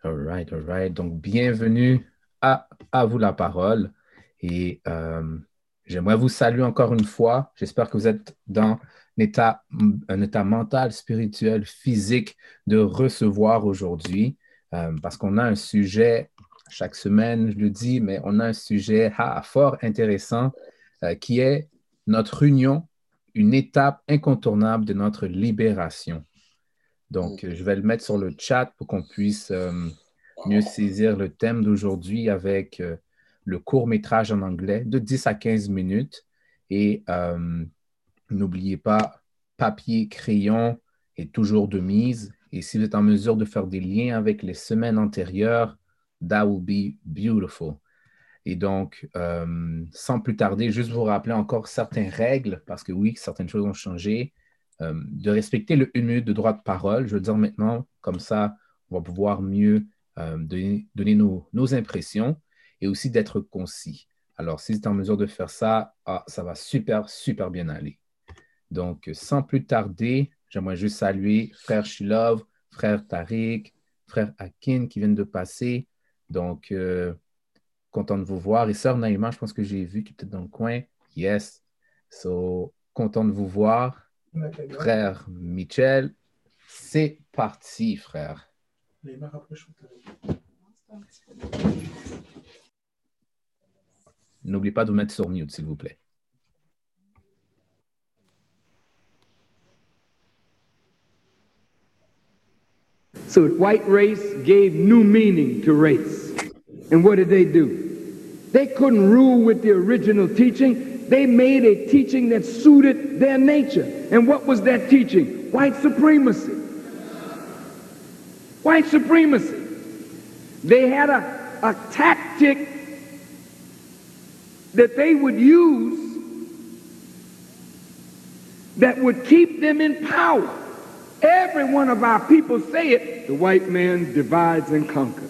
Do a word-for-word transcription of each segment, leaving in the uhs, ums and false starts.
All right, all right. Donc, bienvenue à, à vous la parole. Et euh, j'aimerais vous saluer encore une fois. J'espère que vous êtes dans un état, un état mental, spirituel, physique de recevoir aujourd'hui. Euh, parce qu'on a un sujet, chaque semaine, je le dis, mais on a un sujet ah, fort intéressant euh, qui est notre union, une étape incontournable de notre libération. Donc, euh, je vais le mettre sur le chat pour qu'on puisse euh, mieux saisir le thème d'aujourd'hui avec euh, le court-métrage en anglais de dix à quinze minutes. Et euh, n'oubliez pas, papier, crayon est toujours de mise. Et si vous êtes en mesure de faire des liens avec les semaines antérieures, that will be beautiful. Et donc, euh, sans plus tarder, juste vous rappeler encore certaines règles, parce que oui, certaines choses ont changé, euh, de respecter le une minute de droit de parole. Je veux dire maintenant, comme ça, on va pouvoir mieux euh, donner, donner nos, nos impressions et aussi d'être concis. Alors, si vous êtes en mesure de faire ça, ah, ça va super, super bien aller. Donc, sans plus tarder, j'aimerais juste saluer frère Shilov, frère Tariq, frère Akin qui viennent de passer. Donc, euh, content de vous voir. Et sœur Naïma, je pense que j'ai vu qui est peut-être dans le coin. Yes. So, content de vous voir. Frère Michel, c'est parti, frère. N'oubliez pas de vous mettre sur mute, s'il vous plaît. So white race gave new meaning to race. And what did they do? They couldn't rule with the original teaching. They made a teaching that suited their nature. And what was that teaching? White supremacy. White supremacy. They had a, a tactic that they would use that would keep them in power. Every one of our people say it. The white man divides and conquers.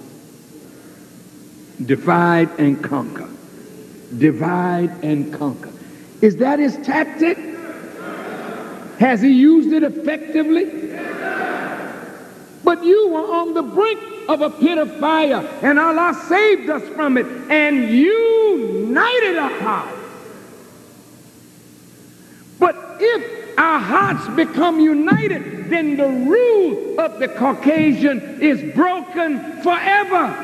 Divide and conquer. Divide and conquer. Is that his tactic? Has he used it effectively? But you were on the brink of a pit of fire, and Allah saved us from it and united our hearts. But if our hearts become united, then the rule of the Caucasian is broken forever.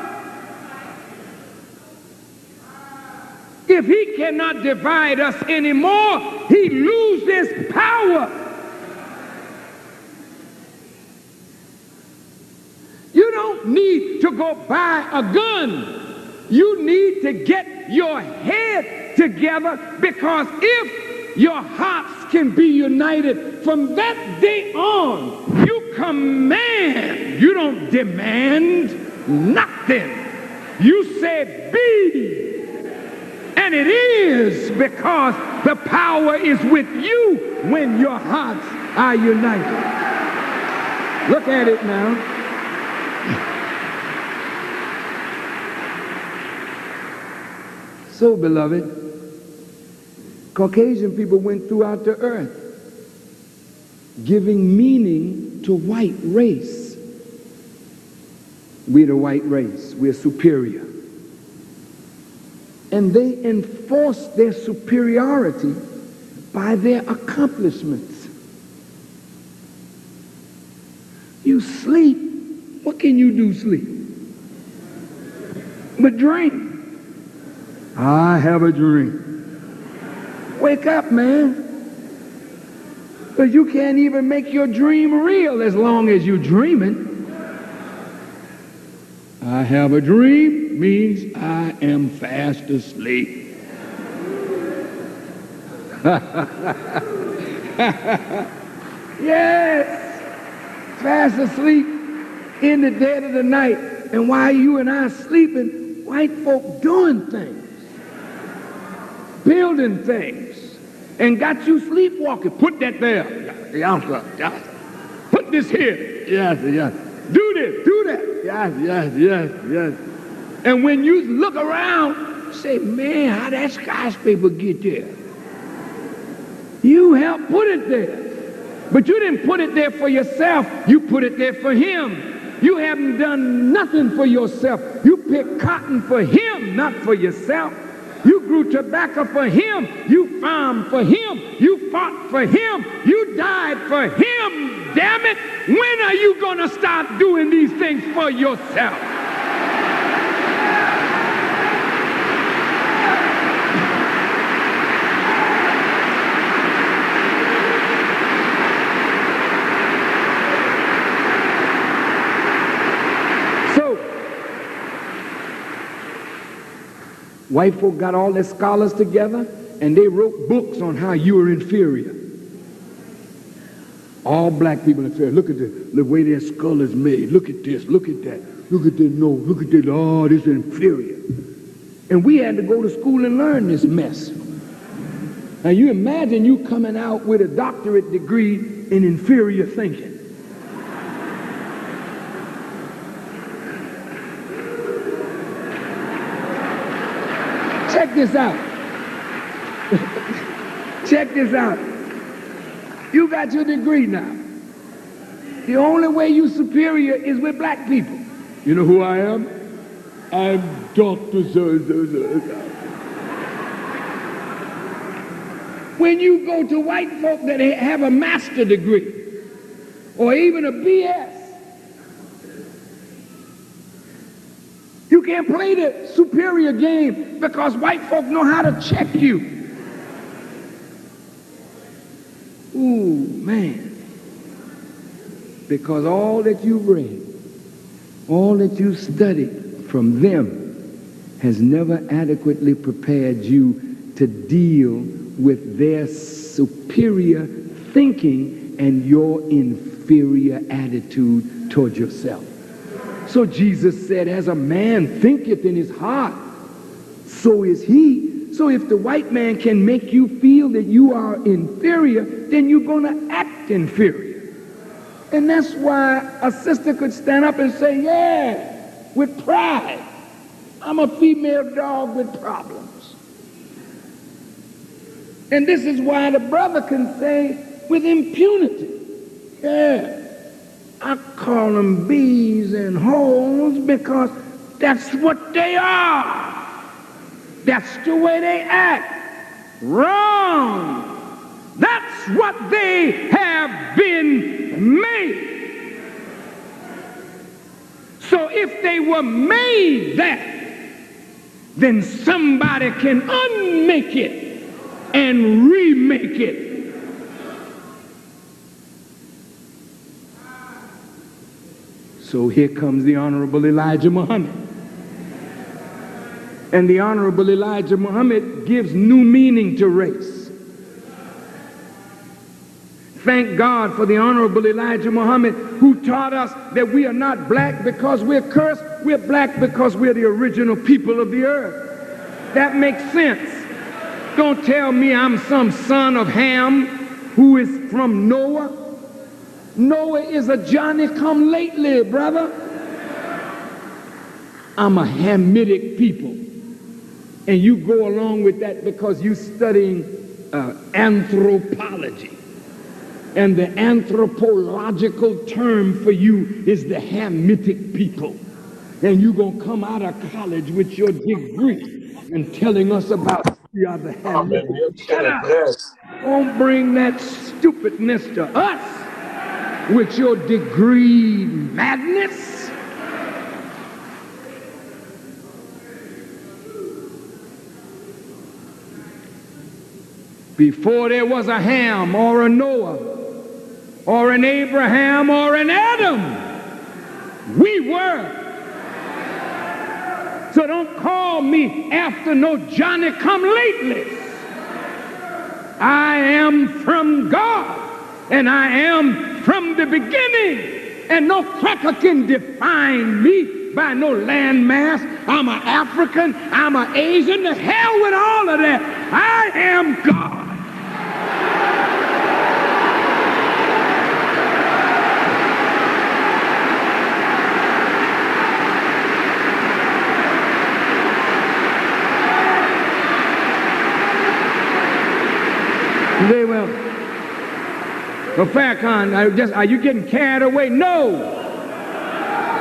If he cannot divide us anymore, he loses power. You don't need to go buy a gun. You need to get your head together, because if your hearts can be united, from that day on, you command. You don't demand nothing. You say be. And it is because the power is with you when your hearts are united. Look at it now. So, beloved, Caucasian people went throughout the earth giving meaning to white race. We're the white race. We're superior. And they enforced their superiority by their accomplishments. You sleep. What can you do sleep? But dream. I have a dream. Wake up, man. Because you can't even make your dream real as long as you're dreaming. I have a dream means I am fast asleep. Yes, fast asleep in the dead of the night. And while you and I are sleeping, white folk doing things, building things, and got you sleepwalking. Put that there. Put this here. Yes, yes. Do this, do that. Yes, yes, yes, yes. And when you look around, you say, man, how that skyscraper get there? You helped put it there. But you didn't put it there for yourself. You put it there for him. You haven't done nothing for yourself. You picked cotton for him, not for yourself. You grew tobacco for him. You farmed for him. You fought for him. You died for him. Damn it. When are you going to start doing these things for yourself? White folk got all their scholars together and they wrote books on how you were inferior. All black people inferior. Look at the, the way their skull is made. Look at this. Look at that. Look at their nose. Look at that. Oh, this is inferior. And we had to go to school and learn this mess. Now you imagine you coming out with a doctorate degree in inferior thinking. Check this out. Check this out. You got your degree now. The only way you superior is with black people. You know who I am? I'm Doctor So, so, so, so. When you go to white folk that have a master degree or even a B S, you can't play the superior game because white folk know how to check you. Ooh, man. Because all that you've read, all that you studied from them has never adequately prepared you to deal with their superior thinking and your inferior attitude toward yourself. So Jesus said, as a man thinketh in his heart, so is he. So if the white man can make you feel that you are inferior, then you're going to act inferior. And that's why a sister could stand up and say, yeah, with pride, I'm a female dog with problems. And this is why the brother can say with impunity, yeah, I call them bees and holes because that's what they are. That's the way they act. Wrong. That's what they have been made. So if they were made that, then somebody can unmake it and remake it. So here comes the Honorable Elijah Muhammad. And the Honorable Elijah Muhammad gives new meaning to race. Thank God for the Honorable Elijah Muhammad, who taught us that we are not black because we're cursed. We're black because we're the original people of the earth. That makes sense. Don't tell me I'm some son of Ham who is from Noah. Noah is a Johnny-come-lately, brother. I'm a Hamitic people. And you go along with that because you're studying uh, anthropology. And the anthropological term for you is the Hamitic people. And you're going to come out of college with your degree and telling us about the other Hamitic. Shut up. Don't bring that stupidness to us with your degree madness. Before there was a Ham or a Noah or an Abraham or an Adam, we were. So don't call me after no Johnny-come-latelys. I am from God, and I am from the beginning, and no cracker can define me by no landmass. I'm an African, I'm an Asian, the hell with all of that. I am God. They will. Well, Farrakhan, I just, are you getting carried away? No.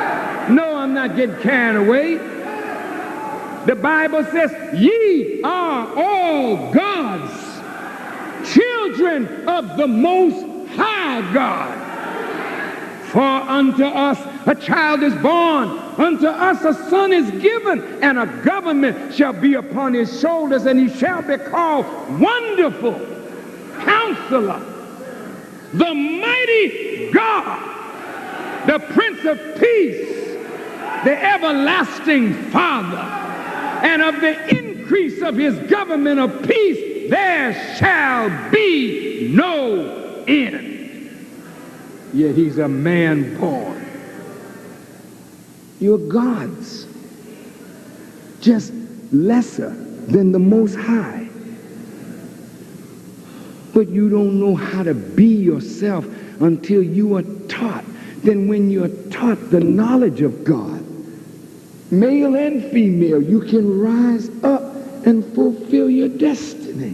not getting carried away. The Bible says, ye are all God's children of the Most High God. For unto us a child is born, unto us a son is given, and a government shall be upon his shoulders, and he shall be called Wonderful Counselor, the Mighty God, the Prince of Peace, the Everlasting Father, and of the increase of his government of peace there shall be no end. Yet he's a man born. You're God's, just lesser than the Most High. But you don't know how to be yourself until you are taught. Then when you're taught the knowledge of God, male and female, you can rise up and fulfill your destiny.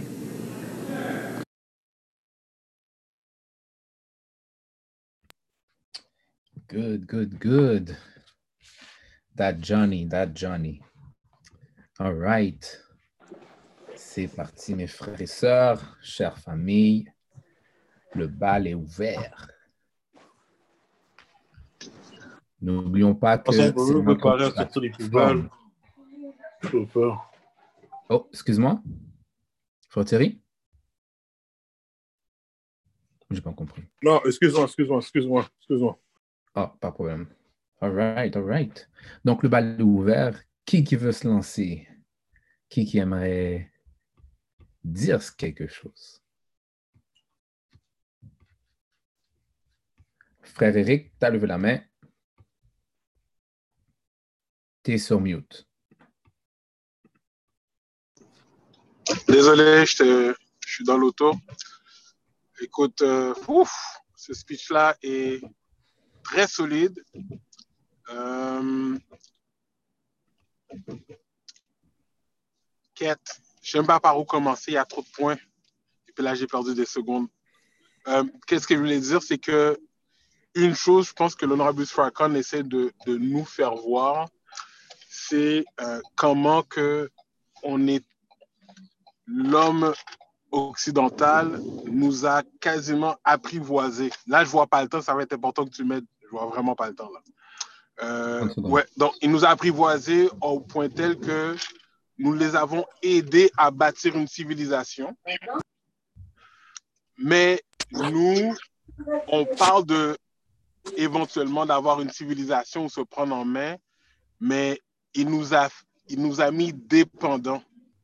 Good, good, good. That Johnny, that Johnny. All right. C'est parti, mes frères et sœurs, chère famille. Le bal est ouvert. N'oublions pas que c'est une plateforme. Oh, excuse-moi. Frère Thierry? J'ai pas compris. Non, excuse-moi, excuse-moi, excuse-moi, excuse-moi. Ah, pas de problème. All right, all right. Donc, le bal est ouvert. Qui qui veut se lancer? Qui qui aimerait dire quelque chose? Frère Eric, tu as levé la main. Tu es sur mute. Désolé, je suis dans l'auto. Écoute, euh, ouf, ce speech-là est très solide. Euh, Quête, je ne sais même pas par où commencer, il y a trop de points. Et puis là, j'ai perdu des secondes. Euh, Qu'est-ce que je voulais dire, c'est que une chose, je pense que l'honorable Farrakhan essaie de, de nous faire voir, c'est euh, comment que on est l'homme occidental nous a quasiment apprivoisés. Là, je vois pas le temps, ça va être important que tu m'aides. Je vois vraiment pas le temps là. Euh, ouais, donc il nous a apprivoisés au point tel que nous les avons aidés à bâtir une civilisation. Mais nous, on parle de éventuellement d'avoir une civilisation ou se prendre en main, mais il nous a, il nous a mis dépendants.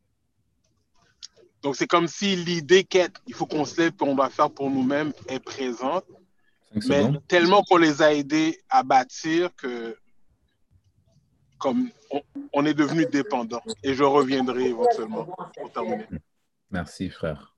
Donc, c'est comme si l'idée qu'il faut qu'on se lève et qu'on doit faire pour nous-mêmes est présente, mais tellement qu'on les a aidés à bâtir que comme on, on est devenu dépendants. Et je reviendrai éventuellement pour terminer. Merci, frère.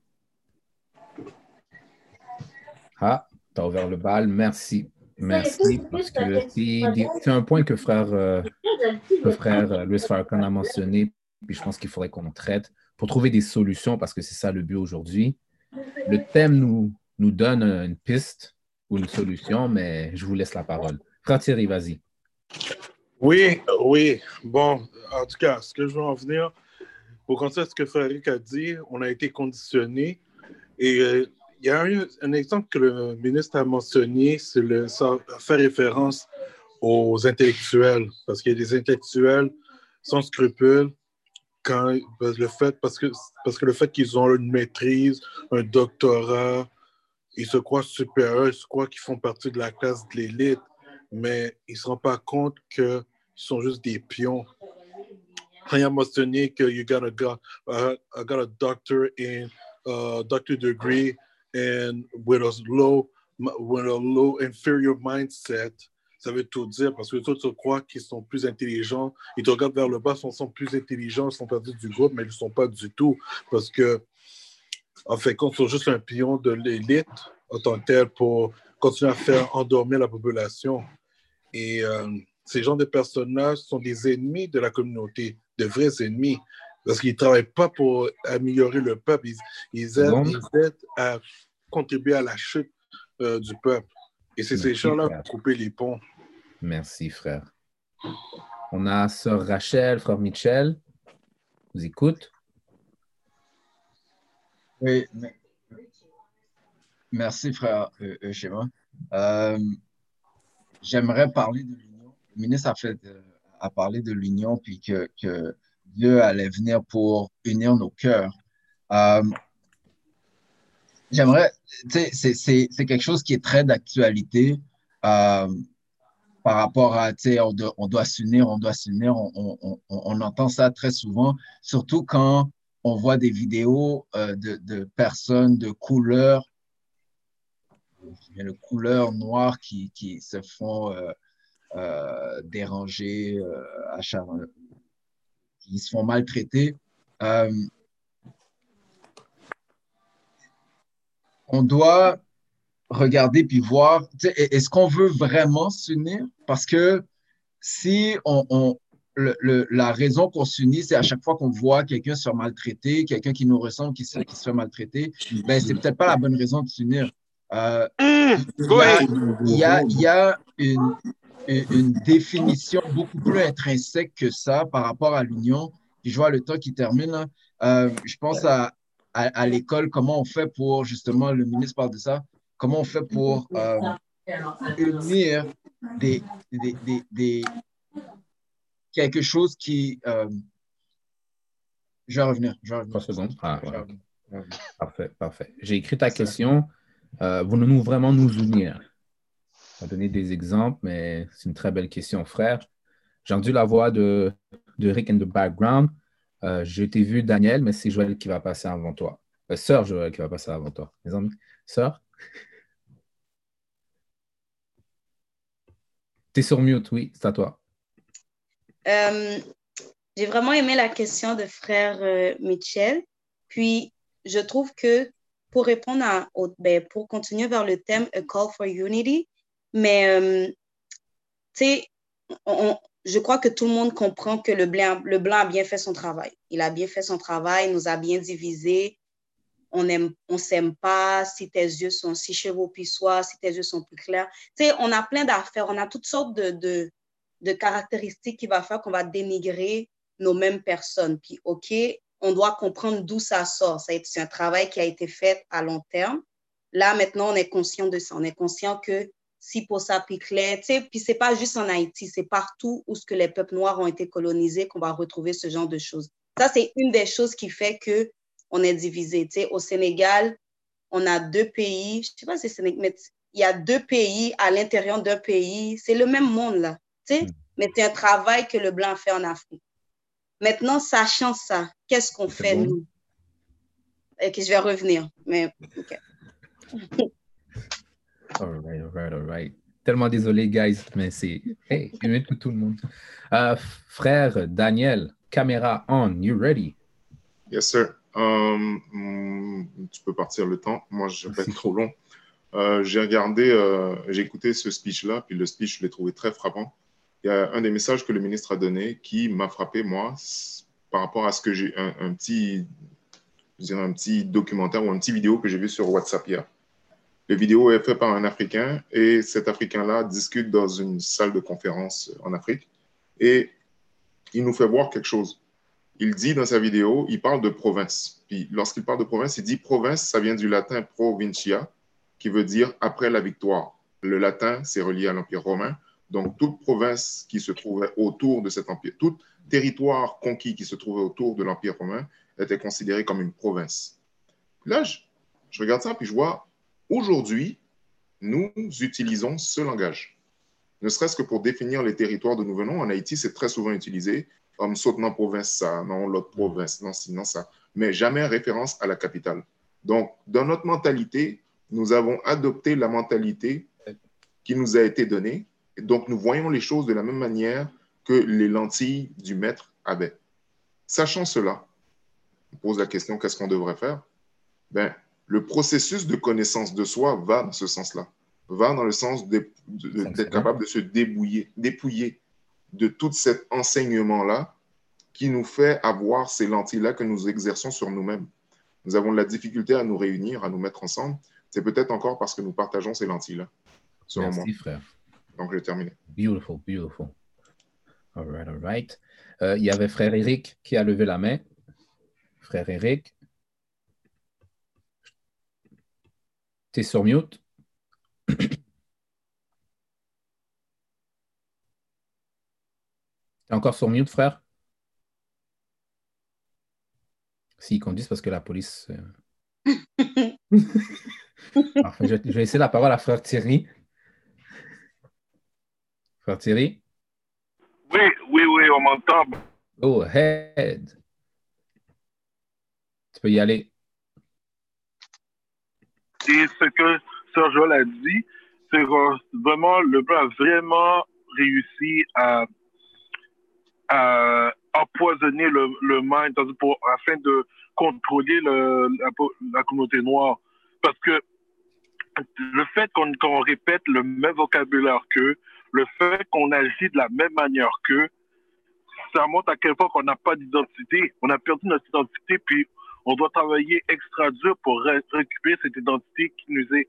Ah, tu as ouvert le bal. Merci. Merci, parce que c'est un point que frère, euh, que frère euh, Louis Farrakhan a mentionné, puis je pense qu'il faudrait qu'on traite pour trouver des solutions, parce que c'est ça le but aujourd'hui. Le thème nous, nous donne une piste ou une solution, mais je vous laisse la parole. Frère Thierry, vas-y. Oui, oui. Bon, en tout cas, ce que je veux en venir, pour continuer ce que Frère Eric a dit, on a été conditionné. Et euh, il y a un, un exemple que le ministre a mentionné, c'est le, ça fait référence aux intellectuels, parce qu'il y a des intellectuels sans scrupules, quand le fait, parce que, parce que le fait qu'ils ont une maîtrise, un doctorat, ils se croient supérieurs, ils se croient qu'ils font partie de la classe de l'élite, mais ils ne se rendent pas compte qu'ils sont juste des pions. Quand il a mentionné que you got a, got, uh, I got a doctor in uh, doctor degree and with a low with a low inferior mindset, ça veut tout dire, parce que les autres se croient qu'ils sont plus intelligents. Ils te regardent vers le bas, ils sont plus intelligents, ils sont partis du groupe, mais ils ne le sont pas du tout. Parce que, en fait, ils sont juste un pion de l'élite en tant que tel pour continuer à faire endormir la population. Et euh, ces genres de personnages sont des ennemis de la communauté, de vrais ennemis, parce qu'ils ne travaillent pas pour améliorer le peuple. Ils, ils, aident, bon. ils aident à contribuer à la chute euh, du peuple. Et c'est ces gens-là qui coupent les ponts. Merci, frère. On a sœur Rachel, frère Michel. Je vous écoute. Oui, mais- merci, frère euh, euh, Shema. Euh, J'aimerais parler de l'union. Le ministre a fait, euh, a parlé de l'union, puis que, que Dieu allait venir pour unir nos cœurs. Euh, J'aimerais, tu sais, c'est c'est- c'est quelque chose qui est très d'actualité euh, par rapport à, tu sais, on doit, on doit s'unir, on doit s'unir, on, on, on, on entend ça très souvent, surtout quand on voit des vidéos euh, de, de personnes de couleur, de couleur noire qui, qui se font euh, euh, déranger, euh, achar- qui se font maltraiter. Euh, on doit regarder puis voir, tu sais, est-ce qu'on veut vraiment s'unir? Parce que si on, on- le- le- la raison qu'on s'unit, c'est à chaque fois qu'on voit quelqu'un se faire maltraiter, quelqu'un qui nous ressemble, qui se, qui se fait maltraiter, ben, c'est peut-être pas la bonne raison de s'unir. Euh, Hum, Il go y a, ahead. il y a, il y a une, une, une définition beaucoup plus intrinsèque que ça par rapport à l'union. Puis je vois le temps qui termine, là. Euh, je pense à, à, à l'école, comment on fait pour, justement, le ministre parle de ça, comment on fait pour euh, unir des, des, des, des- quelque chose qui... euh, je vais revenir, je vais revenir. Trois secondes. Ah, Je ouais, vais ok. revenir, je vais revenir. Parfait, parfait. J'ai écrit ta C'est ça. question. Euh, Voulons-nous vraiment nous unir? On va donner des exemples, mais c'est une très belle question, frère. J'ai entendu la voix de, de Rick in the background. Euh, j'ai été vu Daniel, mais c'est Joël qui va passer avant toi. Euh, Sœur Joël qui va passer avant toi. Les amis, sœur, t'es sur mute, oui, c'est à toi. Euh, j'ai vraiment aimé la question de frère euh, Mitchell. Puis, je trouve que pour répondre à, au- ben, pour continuer vers le thème A Call for Unity, mais euh, tu sais, on- on- je crois que tout le monde comprend que le blanc, le blanc a bien fait son travail. Il a bien fait son travail, il nous a bien divisés. On aime, on s'aime pas, si tes yeux sont si chevaux puis soie, si tes yeux sont plus clairs. Tu sais, on a plein d'affaires, on a toutes sortes de, de, de caractéristiques qui vont faire qu'on va dénigrer nos mêmes personnes. Puis, OK, on doit comprendre d'où ça sort. Ça a été- C'est un travail qui a été fait à long terme. Là, maintenant, on est conscient de ça. On est conscient que si pour ça puis clair, tu sais, puis c'est pas juste en Haïti, c'est partout où ce que les peuples noirs ont été colonisés qu'on va retrouver ce genre de choses. Ça, c'est une des choses qui fait que on est divisé. Tu sais, au Sénégal, on a deux pays, je ne sais pas si c'est Sénégal, mais il y a deux pays à l'intérieur d'un pays. C'est le même monde, là. Tu sais, mm. Mais c'est un travail que le blanc fait en Afrique. Maintenant, sachant ça, qu'est-ce qu'on c'est fait, bon. Nous? Ok, je vais revenir, mais OK. All right, all right, all right. Tellement désolé, guys, mais c'est... Hey, je mets tout le monde. Uh, frère Daniel, caméra on, you ready? Yes, sir. Um, tu peux partir le temps. Moi, je ne vais pas être trop long. Euh, j'ai regardé, euh, j'ai écouté ce speech-là, puis le speech, je l'ai trouvé très frappant. Il y a un des messages que le ministre a donné qui m'a frappé, moi, par rapport à ce que j'ai, un, un petit, je dirais un petit documentaire ou un petit vidéo que j'ai vu sur WhatsApp hier. La vidéo est faite par un Africain et cet Africain-là discute dans une salle de conférence en Afrique et il nous fait voir quelque chose. Il dit dans sa vidéo, il parle de province. Puis lorsqu'il parle de province, il dit province, ça vient du latin provincia, qui veut dire après la victoire. Le latin, c'est relié à l'Empire romain. Donc, toute province qui se trouvait autour de cet empire, tout territoire conquis qui se trouvait autour de l'Empire romain était considéré comme une province. Là, je, je regarde ça, puis je vois, aujourd'hui, nous utilisons ce langage. Ne serait-ce que pour définir les territoires de nous venons. En Haïti, c'est très souvent utilisé. Comme saute dans province, ça, non, l'autre province, non, sinon ça. Mais jamais référence à la capitale. Donc, dans notre mentalité, nous avons adopté la mentalité qui nous a été donnée. Et donc, nous voyons les choses de la même manière que les lentilles du maître avaient. Sachant cela, on pose la question, qu'est-ce qu'on devrait faire? Ben, le processus de connaissance de soi va dans ce sens-là. Va dans le sens de, de, d'être capable de se débouiller, dépouiller de tout cet enseignement-là qui nous fait avoir ces lentilles-là que nous exerçons sur nous-mêmes. Nous avons de la difficulté à nous réunir, à nous mettre ensemble. C'est peut-être encore parce que nous partageons ces lentilles-là, selon Merci, moi. frère. Donc, j'ai terminé. Beautiful, beautiful. All right, all right. Euh, il y avait frère Eric qui a levé la main. Frère Eric. Tu es sur mute. T'es encore sur mute, frère? S'ils conduisent parce que la police... euh, Enfin, je, je vais laisser la parole à frère Thierry. Frère Thierry, Oui, oui, oui, on m'entend. go ahead. Tu peux y aller. Et ce que Sir Joel a dit, c'est que vraiment, le blanc a vraiment réussi à, à empoisonner le, le mind pour, afin de contrôler le, la, la communauté noire. Parce que le fait qu'on qu'on répète le même vocabulaire qu'eux, le fait qu'on agit de la même manière qu'eux, ça montre à quel point qu'on n'a pas d'identité. On a perdu notre identité, puis on doit travailler extra dur pour ré récupérer cette identité qui nous est...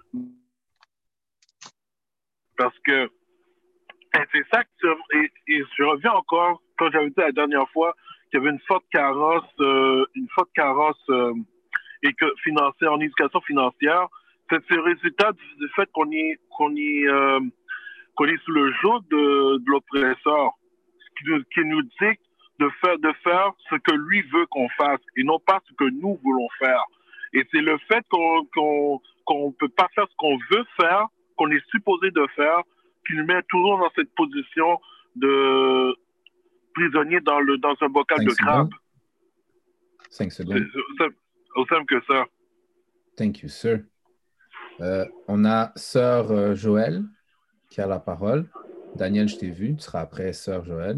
Parce que c'est ça que... Et, et je reviens encore, quand j'avais dit la dernière fois, qu'il y avait une forte carence, euh, une forte carence euh, et que financière, en éducation financière, c'est le résultat du, du fait qu'on est, qu'on est, euh, qu'on est sous le joug de, de l'oppresseur, qui nous, qui nous dit de faire, de faire ce que lui veut qu'on fasse et non pas ce que nous voulons faire. Et c'est le fait qu'on qu'on qu'on peut pas faire ce qu'on veut faire, qu'on est supposé de faire, qui nous met toujours dans cette position de prisonnier dans, le, dans un bocal Cinq de crabe. Cinq secondes. C'est aussi simple que ça. Thank you, sir. Euh, on a Sœur euh, Joël qui a la parole. Daniel, je t'ai vu. Tu seras après Sœur Joël.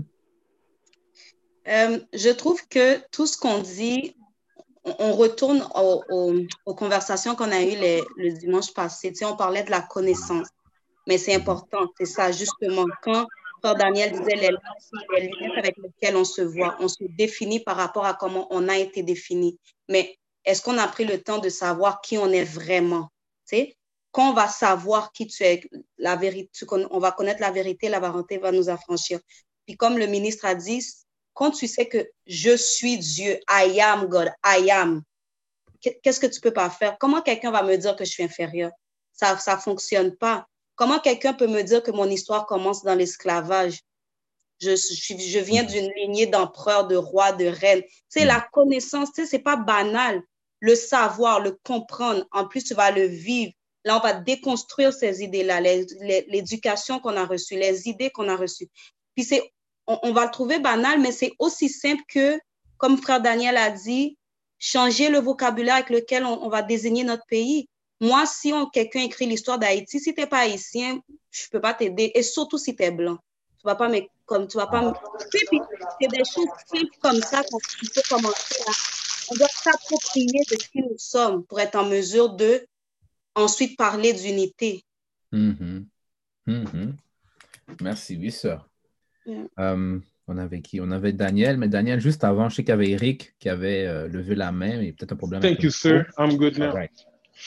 Euh, je trouve que tout ce qu'on dit, on, on retourne au, au, aux conversations qu'on a eues les, le dimanche passé. Tu sais, on parlait de la connaissance, mais c'est important, c'est ça, justement. Quand Frère Daniel disait les, les lunettes avec lesquelles on se voit, on se définit par rapport à comment on a été défini. Mais est-ce qu'on a pris le temps de savoir qui on est vraiment? Tu sais, quand on va savoir qui tu es, la vérité, on va connaître la vérité, la vérité va nous affranchir. Puis comme le ministre a dit, quand tu sais que je suis Dieu, I am God, I am, qu'est-ce que tu peux pas faire? Comment quelqu'un va me dire que je suis inférieur? Ça ne fonctionne pas. Comment quelqu'un peut me dire que mon histoire commence dans l'esclavage? Je, je, je viens d'une lignée d'empereurs, de rois, de reines. Tu sais, la connaissance, tu sais, c'est pas banal. Le savoir, le comprendre, en plus, tu vas le vivre. Là, on va déconstruire ces idées-là, l'éducation qu'on a reçue, les idées qu'on a reçues. Puis c'est On, on va le trouver banal, mais c'est aussi simple que, comme Frère Daniel a dit, changer le vocabulaire avec lequel on, on va désigner notre pays. Moi, si quelqu'un écrit l'histoire d'Haïti, si tu n'es pas haïtien, je ne peux pas t'aider. Et surtout si tu es blanc. Tu vas pas me, comme, tu vas pas me... C'est des choses simples comme ça qu'on peut commencer à... On doit s'approprier de qui nous sommes pour être en mesure de ensuite parler d'unité. Mm-hmm. Mm-hmm. Merci, oui, sœur. Yeah. Um, on avait qui? On avait Daniel, mais Daniel, juste avant, je sais qu'il y avait Eric qui avait euh, levé la main, mais peut-être un problème. Thank you, sir. I'm good now. Right.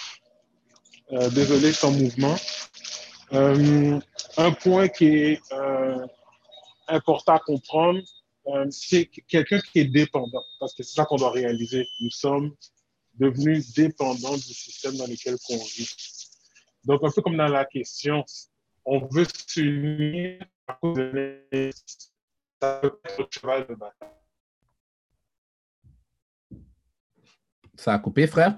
Euh, désolé, sans mouvement. Euh, un point qui est euh, important à comprendre, euh, c'est quelqu'un qui est dépendant, parce que c'est ça qu'on doit réaliser. Nous sommes devenus dépendants du système dans lequel on vit. Donc, un peu comme dans la question, on veut s'unir à cause de ça peut être le cheval de bataille. Ça a coupé, frère?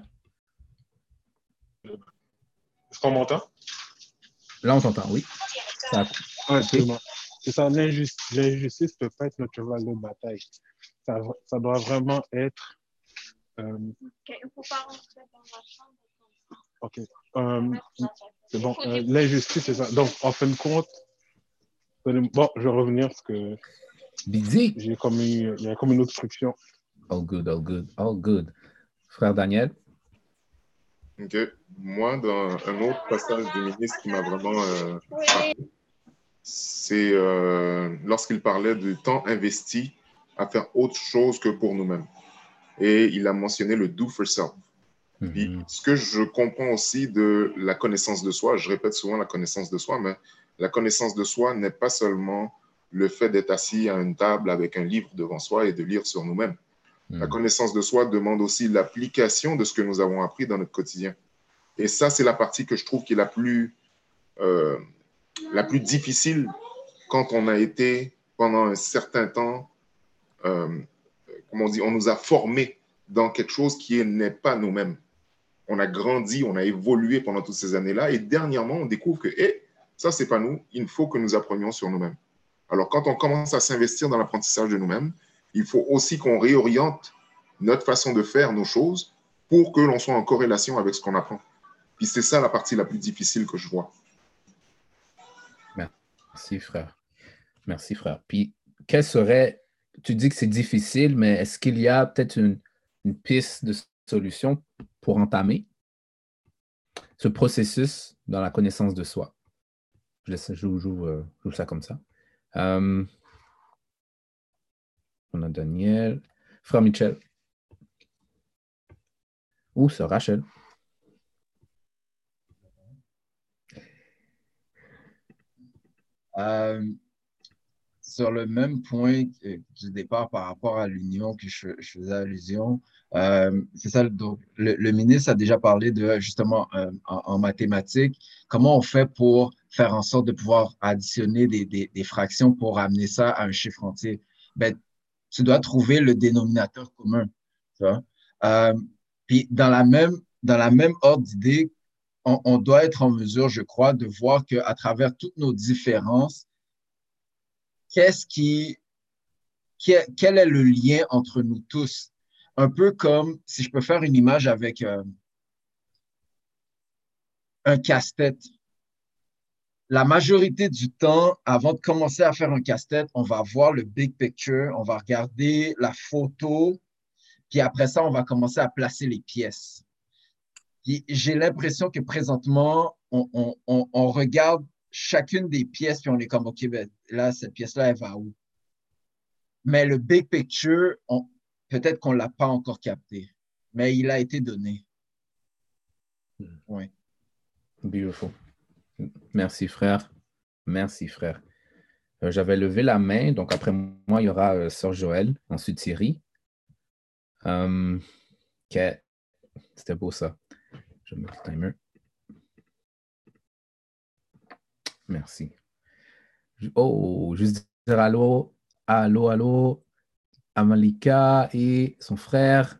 Est-ce qu'on m'entend? Là, on t'entend, oui. Ça a ah, excuse-moi. C'est ça, l'injustice ne peut pas être notre cheval de bataille. Ça, ça doit vraiment être... Euh... Okay, il faut pas rentrer dans la chambre. OK. Euh, c'est bon. Euh, l'injustice, c'est ça. Donc, en fin de compte, bon, je vais revenir parce que Busy. J'ai comme une, il y a comme une obstruction. All good, all good, all good. Frère Daniel? OK. Moi, dans un autre passage du ministre qui m'a vraiment euh, frappé, c'est euh, lorsqu'il parlait du temps investi à faire autre chose que pour nous-mêmes. Et il a mentionné le do for self. Mm-hmm. Puis, ce que je comprends aussi de la connaissance de soi, je répète souvent la connaissance de soi, mais la connaissance de soi n'est pas seulement le fait d'être assis à une table avec un livre devant soi et de lire sur nous-mêmes. Mmh. La connaissance de soi demande aussi l'application de ce que nous avons appris dans notre quotidien. Et ça, c'est la partie que je trouve qui est la plus, euh, la plus difficile quand on a été pendant un certain temps, euh, comment on dit, on nous a formés dans quelque chose qui n'est pas nous-mêmes. On a grandi, on a évolué pendant toutes ces années-là et dernièrement, on découvre que hey, ça, ce n'est pas nous, il faut que nous apprenions sur nous-mêmes. Alors, quand on commence à s'investir dans l'apprentissage de nous-mêmes, il faut aussi qu'on réoriente notre façon de faire nos choses pour que l'on soit en corrélation avec ce qu'on apprend. Puis c'est ça la partie la plus difficile que je vois. Merci, frère. Merci, frère. Puis, quelle serait, tu dis que c'est difficile, mais est-ce qu'il y a peut-être une, une piste de solution pour entamer ce processus dans la connaissance de soi? Je laisse, j'ouvre, j'ouvre, j'ouvre ça comme ça. Um, on a Daniel. Frère Michel. Ou sœur Rachel. Euh, sur le même point du départ par rapport à l'union que je, je faisais allusion, euh, c'est ça, donc, le, le ministre a déjà parlé de justement euh, en, en mathématiques, comment on fait pour faire en sorte de pouvoir additionner des, des, des fractions pour amener ça à un chiffre entier. Ben, tu dois trouver le dénominateur commun. Tu vois? Euh, puis dans la même, dans la même ordre d'idée, on, on doit être en mesure, je crois, de voir qu'à travers toutes nos différences, qu'est-ce qui, quel est le lien entre nous tous? Un peu comme, si je peux faire une image avec euh, un casse-tête. La majorité du temps, avant de commencer à faire un casse-tête, on va voir le big picture, on va regarder la photo, puis après ça, on va commencer à placer les pièces. Puis j'ai l'impression que présentement, on, on, on, on regarde chacune des pièces, puis on est comme, OK, ben, là, cette pièce-là, elle va où? Mais le big picture, on, peut-être qu'on ne l'a pas encore capté, mais il a été donné. Oui. Beautiful. Merci, frère. Merci, frère. Euh, j'avais levé la main, donc après moi, il y aura euh, sœur Joël, ensuite Thierry. Um, OK. C'était beau ça. Je vais mettre le timer. Merci. Oh, juste dire allô, allô, allô, à Malika et son frère.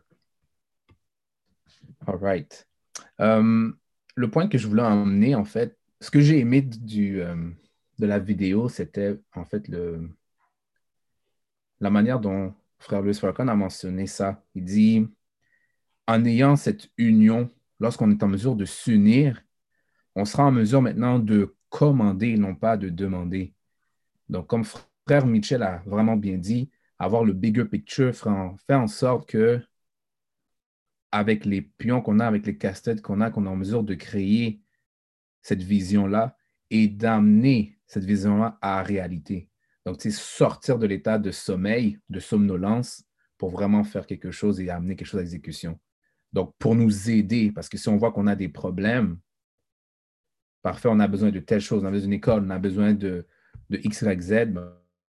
All right. Um, le point que je voulais emmener, en fait, ce que j'ai aimé du, euh, de la vidéo, c'était en fait le, la manière dont frère Louis Farrakhan a mentionné ça. Il dit, en ayant cette union, lorsqu'on est en mesure de s'unir, on sera en mesure maintenant de commander, non pas de demander. Donc, comme frère Michel a vraiment bien dit, avoir le bigger picture fait en, fait en sorte que, avec les pions qu'on a, avec les casse-têtes qu'on a, qu'on est en mesure de créer cette vision-là et d'amener cette vision-là à la réalité. Donc, c'est sortir de l'état de sommeil, de somnolence, pour vraiment faire quelque chose et amener quelque chose à l'exécution. Donc, pour nous aider, parce que si on voit qu'on a des problèmes, parfait, on a besoin de telle chose, on a besoin d'une école, on a besoin de, de X, Y, Z, ben,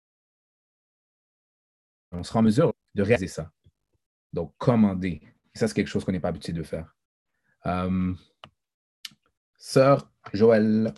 on sera en mesure de réaliser ça. Donc, commander. Et ça, c'est quelque chose qu'on n'est pas habitué de faire. Um, Sœur Joël.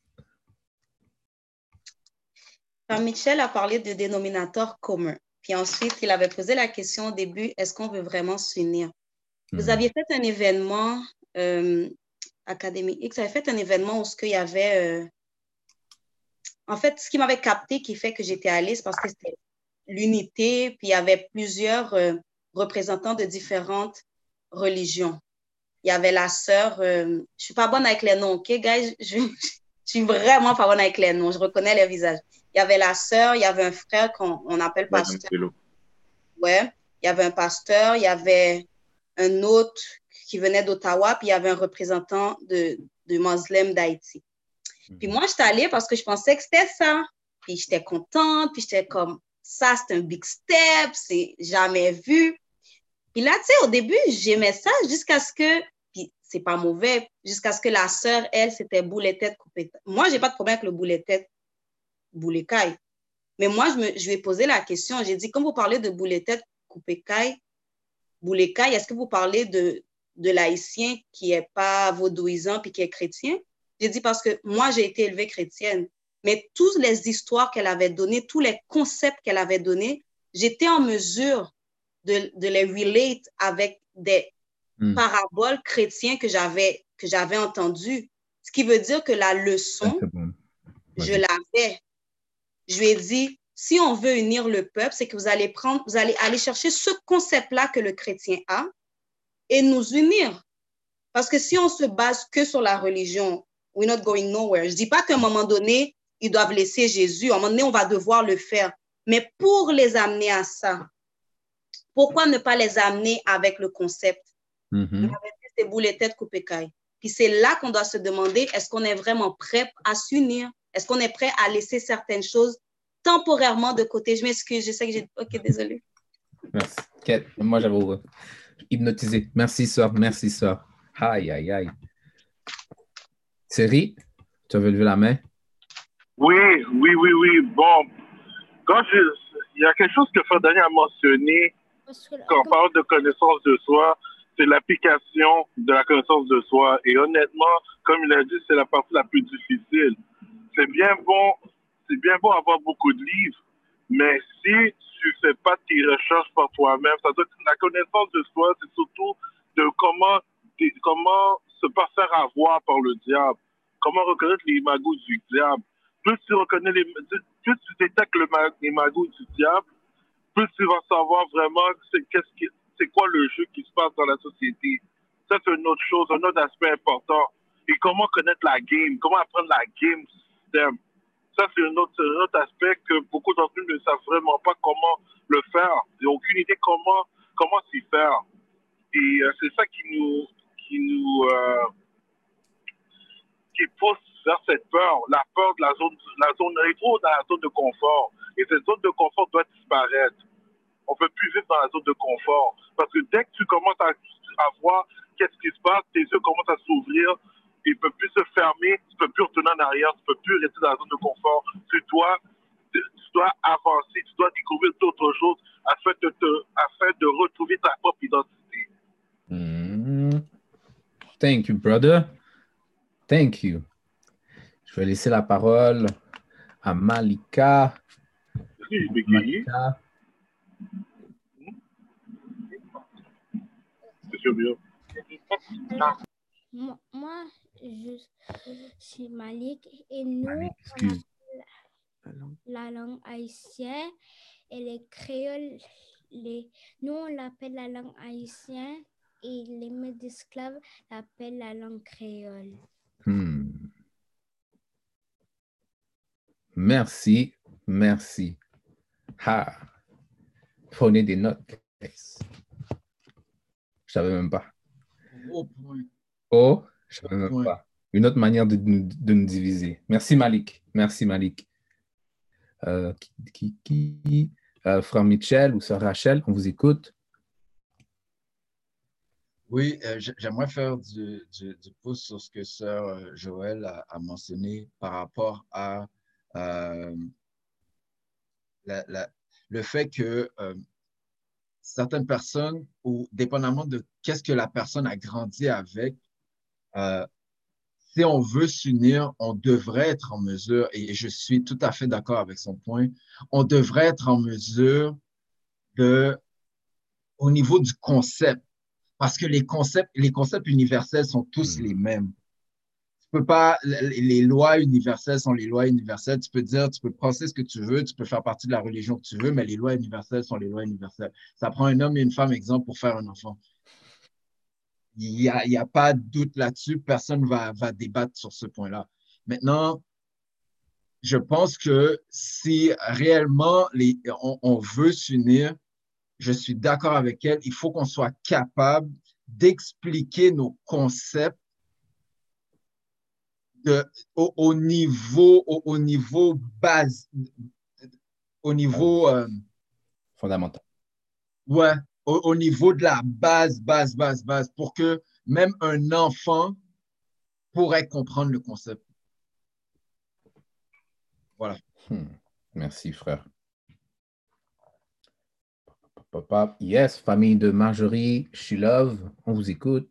Michel a parlé de dénominateur commun. Puis ensuite, il avait posé la question au début, est-ce qu'on veut vraiment s'unir? Mm. Vous aviez fait un événement, euh, Académie X avait fait un événement où ce qu'il y avait... Euh, en fait, ce qui m'avait capté, qui fait que j'étais allée, c'est parce que c'était l'unité, puis il y avait plusieurs euh, représentants de différentes religions. Il y avait la sœur... Euh, je ne suis pas bonne avec les noms, OK, guys? Je, je, je suis vraiment pas bonne avec les noms. Je reconnais les visages. Il y avait la sœur, il y avait un frère qu'on on appelle pasteur. Ouais, il y avait un pasteur, il y avait un autre qui venait d'Ottawa, puis il y avait un représentant de, de Muslims d'Haïti. Mm-hmm. Puis moi, j'étais allée parce que je pensais que c'était ça. Puis j'étais contente, puis j'étais comme, ça, c'est un big step, c'est jamais vu. Puis là, tu sais, au début, j'aimais ça jusqu'à ce que, puis c'est pas mauvais, jusqu'à ce que la sœur, elle, c'était boulet tête coupé. Moi, j'ai pas de problème avec le boulet tête boulet caille. Mais moi, je, me, je lui ai posé la question. J'ai dit, quand vous parlez de boulet-tête, coupé-caille, boulet-caille, est-ce que vous parlez de, de l'haïtien qui n'est pas vaudouisant puis qui est chrétien? J'ai dit parce que moi, j'ai été élevée chrétienne. Mais toutes les histoires qu'elle avait données, tous les concepts qu'elle avait donnés, j'étais en mesure de, de les relate avec des mm. paraboles chrétiennes que j'avais, que j'avais entendues. Ce qui veut dire que la leçon, bon. je l'avais. Je lui ai dit, si on veut unir le peuple, c'est que vous allez prendre, vous allez aller chercher ce concept-là que le chrétien a et nous unir. Parce que si on se base que sur la religion, we're not going nowhere. Je ne dis pas qu'à un moment donné, ils doivent laisser Jésus. À un moment donné, on va devoir le faire. Mais pour les amener à ça, pourquoi ne pas les amener avec le concept? Mm-hmm. C'est boulet-tête coupé-caille. Puis c'est là qu'on doit se demander, est-ce qu'on est vraiment prêt à s'unir? Est-ce qu'on est prêt à laisser certaines choses temporairement de côté? Je m'excuse, je sais que j'ai... OK, désolé. Merci. Okay. Moi, j'avais hypnotisé. Merci, sœur. Merci, sœur. Aïe, aïe, aïe. Thierry, tu avais levé la main? Oui, oui, oui, oui. Bon, quand je... il y a quelque chose que Frédéric a mentionné quand on parle de connaissance de soi, c'est l'application de la connaissance de soi. Et honnêtement, comme il a dit, c'est la partie la plus difficile. C'est bien bon, c'est bien bon avoir beaucoup de livres, mais si tu ne fais pas tes recherches par toi-même, c'est-à-dire que la connaissance de soi, c'est surtout de comment, de, comment se pas faire avoir par le diable, comment reconnaître les magouilles du diable. Plus tu reconnais les, plus tu détectes le, les magouilles du diable, plus tu vas savoir vraiment c'est, qu'est-ce qui, c'est quoi le jeu qui se passe dans la société. Ça, c'est une autre chose, un autre aspect important. Et comment connaître la game, comment apprendre la game du système. Ça, c'est un autre, un autre aspect que beaucoup d'entre nous ne savent vraiment pas comment le faire. Ils n'ont aucune idée comment, comment s'y faire. Et euh, c'est ça qui nous, qui nous euh, qui pousse vers cette peur, la peur de la zone, la zone, on est trop dans la zone de confort. Et cette zone de confort doit disparaître. On ne peut plus vivre dans la zone de confort. Parce que dès que tu commences à, à voir qu'est-ce qui se passe, tes yeux commencent à s'ouvrir, ils ne peuvent plus se fermer, tu ne peux plus retourner en arrière, tu ne peux plus rester dans la zone de confort. Tu dois, tu dois avancer, tu dois découvrir d'autres choses afin de, te, afin de retrouver ta propre identité. Mm. Thank you, brother. Thank you. Je vais laisser la parole à Malika. Oui, Malika. Alors, moi, moi, je suis Malik et nous, Malik, on a la, la langue haïtienne et les créoles, les, nous, on l'appelle la langue haïtienne et les maîtres d'esclaves l'appellent la langue créole. Hmm. Merci, merci. Ah, prenez des notes, guys. Je ne savais même pas. Oh, point. Oh, je ne savais même point. pas. Une autre manière de, de, de nous diviser. Merci, Malik. Merci, Malik. Euh, qui, qui, qui euh, Frère Michel ou Sœur Rachel, on vous écoute. Oui, euh, j'aimerais faire du, du, du pouce sur ce que Sœur Joël a, a mentionné par rapport à euh, la, la, le fait que euh, certaines personnes, ou dépendamment de qu'est-ce que la personne a grandi avec, euh, si on veut s'unir, on devrait être en mesure, et je suis tout à fait d'accord avec son point, on devrait être en mesure de, au niveau du concept, parce que les concepts, les concepts universels sont tous mmh. les mêmes. Tu peux pas, les lois universelles sont les lois universelles. Tu peux dire, tu peux penser ce que tu veux, tu peux faire partie de la religion que tu veux, mais les lois universelles sont les lois universelles. Ça prend un homme et une femme, exemple, pour faire un enfant. Il n'y a, il y a pas de doute là-dessus. Personne ne va, va débattre sur ce point-là. Maintenant, je pense que si réellement les, on, on veut s'unir, je suis d'accord avec elle, il faut qu'on soit capable d'expliquer nos concepts de, au, au niveau, au, au niveau base, au niveau euh, fondamental. Ouais, au, au niveau de la base, base, base, base, pour que même un enfant pourrait comprendre le concept. Voilà. Hmm. Merci, frère. Papa, yes, famille de Marjorie, She Love, on vous écoute.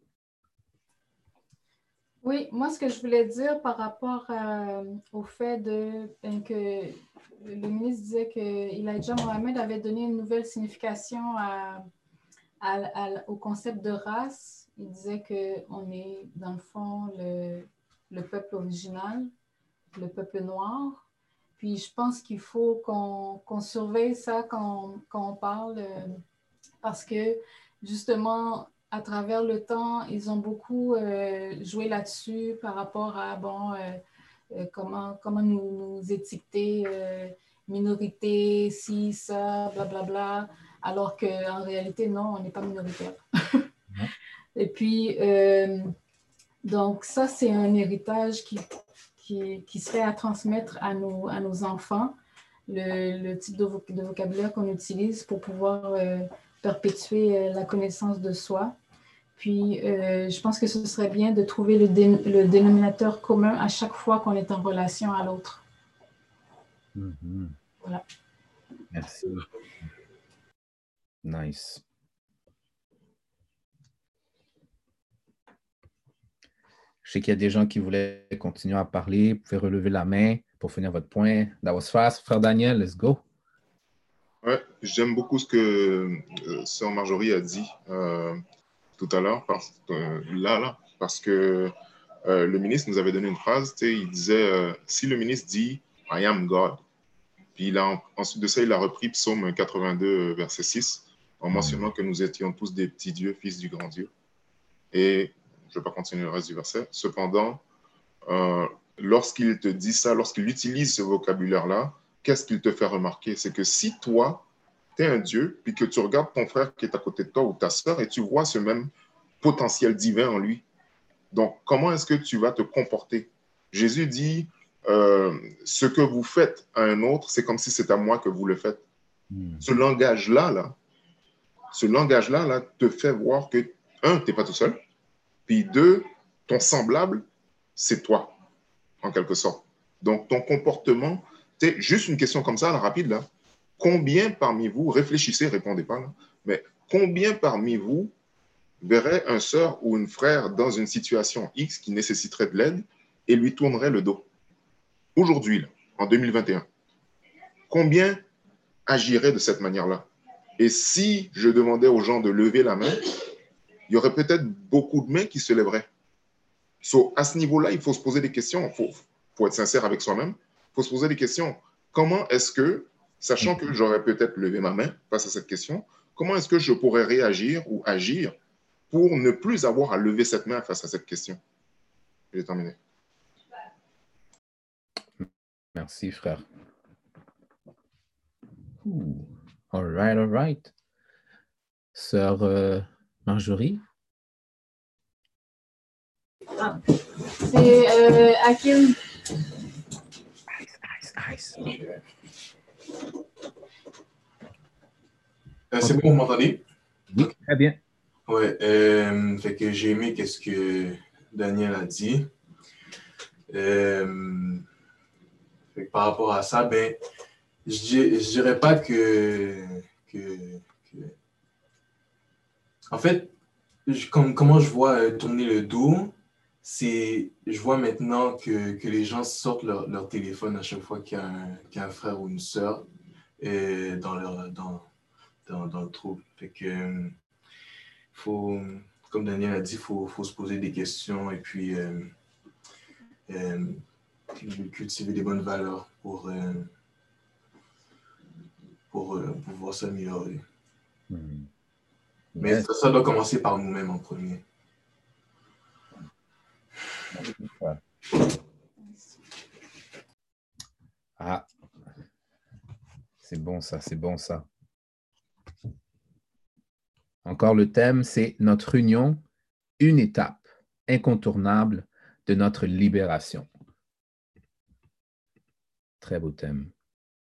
Oui, moi, ce que je voulais dire par rapport euh, au fait de, ben, que le ministre disait que Elijah Mohamed avait donné une nouvelle signification à, à, à, au concept de race. Il disait qu'on est, dans le fond, le, le peuple original, le peuple noir. Puis je pense qu'il faut qu'on qu'on surveille ça quand, quand on parle, euh, parce que justement, à travers le temps, ils ont beaucoup euh, joué là-dessus par rapport à, bon, euh, euh, comment, comment nous, nous étiqueter, euh, minorité, ci, ça, blablabla, bla, bla, alors qu'en réalité, non, on n'est pas minoritaire. Et puis, euh, donc ça, c'est un héritage qui, qui, qui serait à transmettre à nos, à nos enfants, le, le type de, voc de vocabulaire qu'on utilise pour pouvoir euh, perpétuer euh, la connaissance de soi. Puis, euh, je pense que ce serait bien de trouver le, dé le dénominateur commun à chaque fois qu'on est en relation à l'autre. Mm-hmm. Voilà. Merci. Nice. Je sais qu'il y a des gens qui voulaient continuer à parler. Vous pouvez relever la main pour finir votre point. That was fast. Frère Daniel, let's go. Ouais, j'aime beaucoup ce que euh, Sœur Marjorie a dit euh, tout à l'heure, euh, là, là, parce que euh, le ministre nous avait donné une phrase, il disait, euh, si le ministre dit « I am God », puis il a, ensuite de ça, il a repris Psaume quatre-vingt-deux, verset six, en mentionnant que nous étions tous des petits dieux, fils du grand Dieu. Et je ne vais pas continuer le reste du verset. Cependant, euh, lorsqu'il te dit ça, lorsqu'il utilise ce vocabulaire-là, qu'est-ce qu'il te fait remarquer? C'est que si toi, tu es un Dieu, puis que tu regardes ton frère qui est à côté de toi ou ta sœur, et tu vois ce même potentiel divin en lui, donc comment est-ce que tu vas te comporter? Jésus dit, euh, ce que vous faites à un autre, c'est comme si c'est à moi que vous le faites. Mm. Ce langage-là, là, ce langage-là là, te fait voir que, un, tu n'es pas tout seul, puis deux, ton semblable, c'est toi, en quelque sorte. Donc, ton comportement, c'est juste une question comme ça, là, rapide, là. Combien parmi vous, réfléchissez, répondez pas, là, mais combien parmi vous verrait un sœur ou une frère dans une situation X qui nécessiterait de l'aide et lui tournerait le dos? Aujourd'hui, en deux mille vingt et un, combien agirait de cette manière-là? Et si je demandais aux gens de lever la main, il y aurait peut-être beaucoup de mains qui se lèveraient. So, à ce niveau-là, il faut se poser des questions. Il faut, faut être sincère avec soi-même. Il faut se poser des questions. Comment est-ce que, sachant que j'aurais peut-être levé ma main face à cette question, comment est-ce que je pourrais réagir ou agir pour ne plus avoir à lever cette main face à cette question? J'ai terminé. Merci, frère. Ooh. All right, all right. Sœur euh, Marjorie? Ah. C'est euh, Hakim. Ice, ice, ice. Euh, c'est bon, vous m'entendez? Oui, très bien. Ouais, euh, fait que j'ai aimé qu'est-ce que Daniel a dit. Euh, fait que par rapport à ça, ben, je ne dirais pas que, que, que... En fait, je, comme, comment je vois euh, tourner le dos, c'est, je vois maintenant que, que les gens sortent leur, leur téléphone à chaque fois qu'il y a un, qu'il y a un frère ou une sœur euh, dans, leur, dans, dans, dans le trouble. Fait que, euh, faut, comme Daniel a dit, il faut, faut se poser des questions et puis euh, euh, cultiver des bonnes valeurs pour, euh, pour euh, pouvoir s'améliorer. Mm. Mais yes. ça, ça doit commencer par nous-mêmes en premier. Ah, c'est bon ça, c'est bon ça. Encore le thème, c'est notre union, une étape incontournable de notre libération. Très beau thème.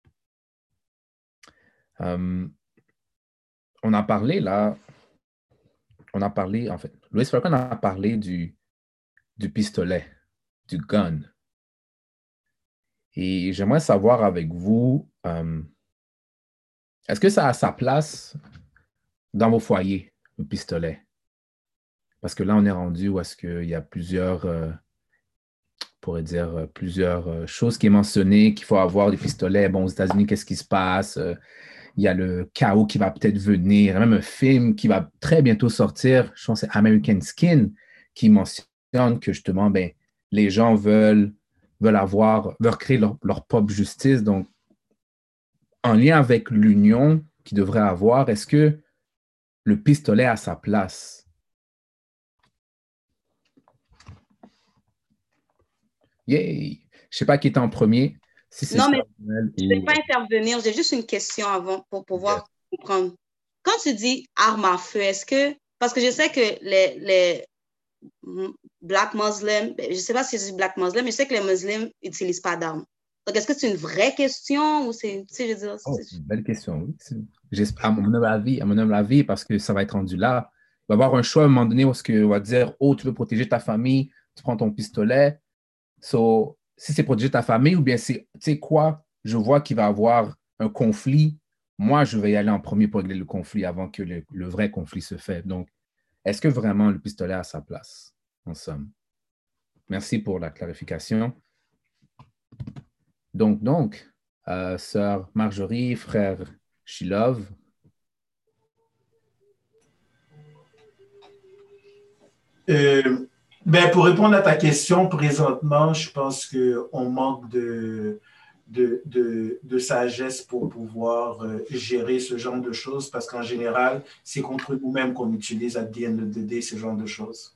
Um, on a parlé là, on a parlé, en fait, Louis Farrakhan a parlé du, du pistolet, du gun. Et j'aimerais savoir avec vous, euh, est-ce que ça a sa place dans vos foyers, le pistolet? Parce que là, on est rendu où est-ce qu'il y a plusieurs, euh, on pourrait dire, euh, plusieurs euh, choses qui est mentionnées, qu'il faut avoir des pistolets. Bon, aux États-Unis, qu'est-ce qui se passe? Euh, il y a le chaos qui va peut-être venir. Il y a même un film qui va très bientôt sortir, je pense que c'est American Skin, qui mentionne que justement, ben, les gens veulent, veulent avoir, veulent créer leur, leur propre justice. Donc, en lien avec l'union qu'ils devraient avoir, est-ce que le pistolet a sa place? Yay! Je ne sais pas qui était en premier. Si c'est Non, mais Samuel je ne vais ou... pas intervenir. J'ai juste une question avant pour pouvoir Yes. comprendre. Quand tu dis arme à feu, est-ce que... Parce que je sais que les, les Black Muslims, je ne sais pas si c'est Black Muslim, mais je sais que les musulmans n'utilisent pas d'armes. Donc, est-ce que c'est une vraie question ou c'est... Tu sais, je veux dire... Oh, c'est une belle question, oui. C'est- j'espère- À mon humble avis, à mon humble avis, parce que ça va être rendu là. Il va y avoir un choix à un moment donné où est-ce que, on va dire, oh, tu veux protéger ta famille, tu prends ton pistolet. So, si c'est protéger ta famille ou bien c'est, tu sais quoi, je vois qu'il va y avoir un conflit, moi, je vais y aller en premier pour régler le conflit avant que le, le vrai conflit se fait. Donc, est-ce que vraiment le pistolet a sa place, en somme? Merci pour la clarification. Donc, donc, euh, sœur Marjorie, frère Shilov. Euh, ben, pour répondre à ta question, présentement, je pense qu'on manque de, de, de, de sagesse pour pouvoir euh, gérer ce genre de choses parce qu'en général, c'est contre nous-mêmes qu'on utilise à the end of the day ce genre de choses.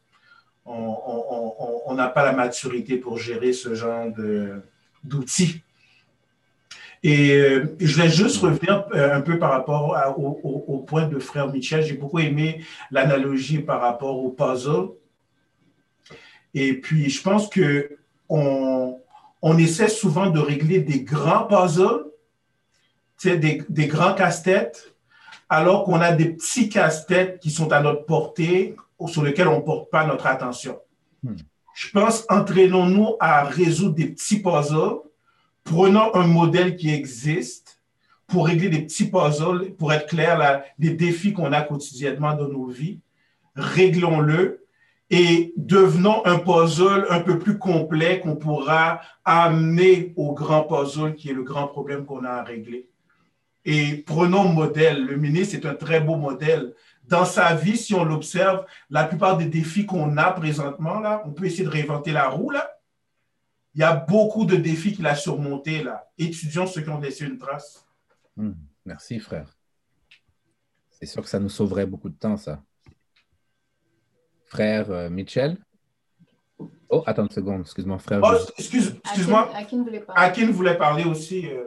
On n'a pas la maturité pour gérer ce genre de, d'outils. Et euh, je vais juste revenir euh, un peu par rapport à, au, au, au point de frère Michel. J'ai beaucoup aimé l'analogie par rapport au puzzle. Et puis, je pense qu'on on essaie souvent de régler des grands puzzles, des, des grands casse-têtes, alors qu'on a des petits casse-têtes qui sont à notre portée, sur lesquels on ne porte pas notre attention. Hmm. Je pense, entraînons-nous à résoudre des petits puzzles, prenons un modèle qui existe pour régler des petits puzzles, pour être clair, là, des défis qu'on a quotidiennement dans nos vies, réglons-le et devenons un puzzle un peu plus complet qu'on pourra amener au grand puzzle qui est le grand problème qu'on a à régler. Et prenons modèle. Le ministre est un très beau modèle. Dans sa vie, si on l'observe, la plupart des défis qu'on a présentement, là, on peut essayer de réinventer la roue, là. Il y a beaucoup de défis qu'il a surmontés, là. Étudions ceux qui ont laissé une trace. Mmh, merci, frère. C'est sûr que ça nous sauverait beaucoup de temps, ça. Frère euh, Mitchell? Oh, attends une seconde, excuse-moi, frère. Oh, je... excuse, excuse-moi. Akin voulait parler. Akin voulait parler aussi. Euh...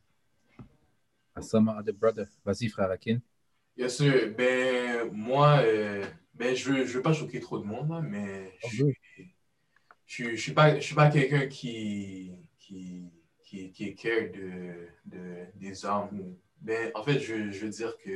Some other brother. Vas-y, frère Akin. Yes, sir. Ben, moi, euh, ben, je ne veux, je veux pas choquer trop de monde, là, mais oh, je ne je, je suis pas, je suis pas quelqu'un qui, qui, qui, qui est care de, de, des armes. Ben, en fait, je, je veux dire que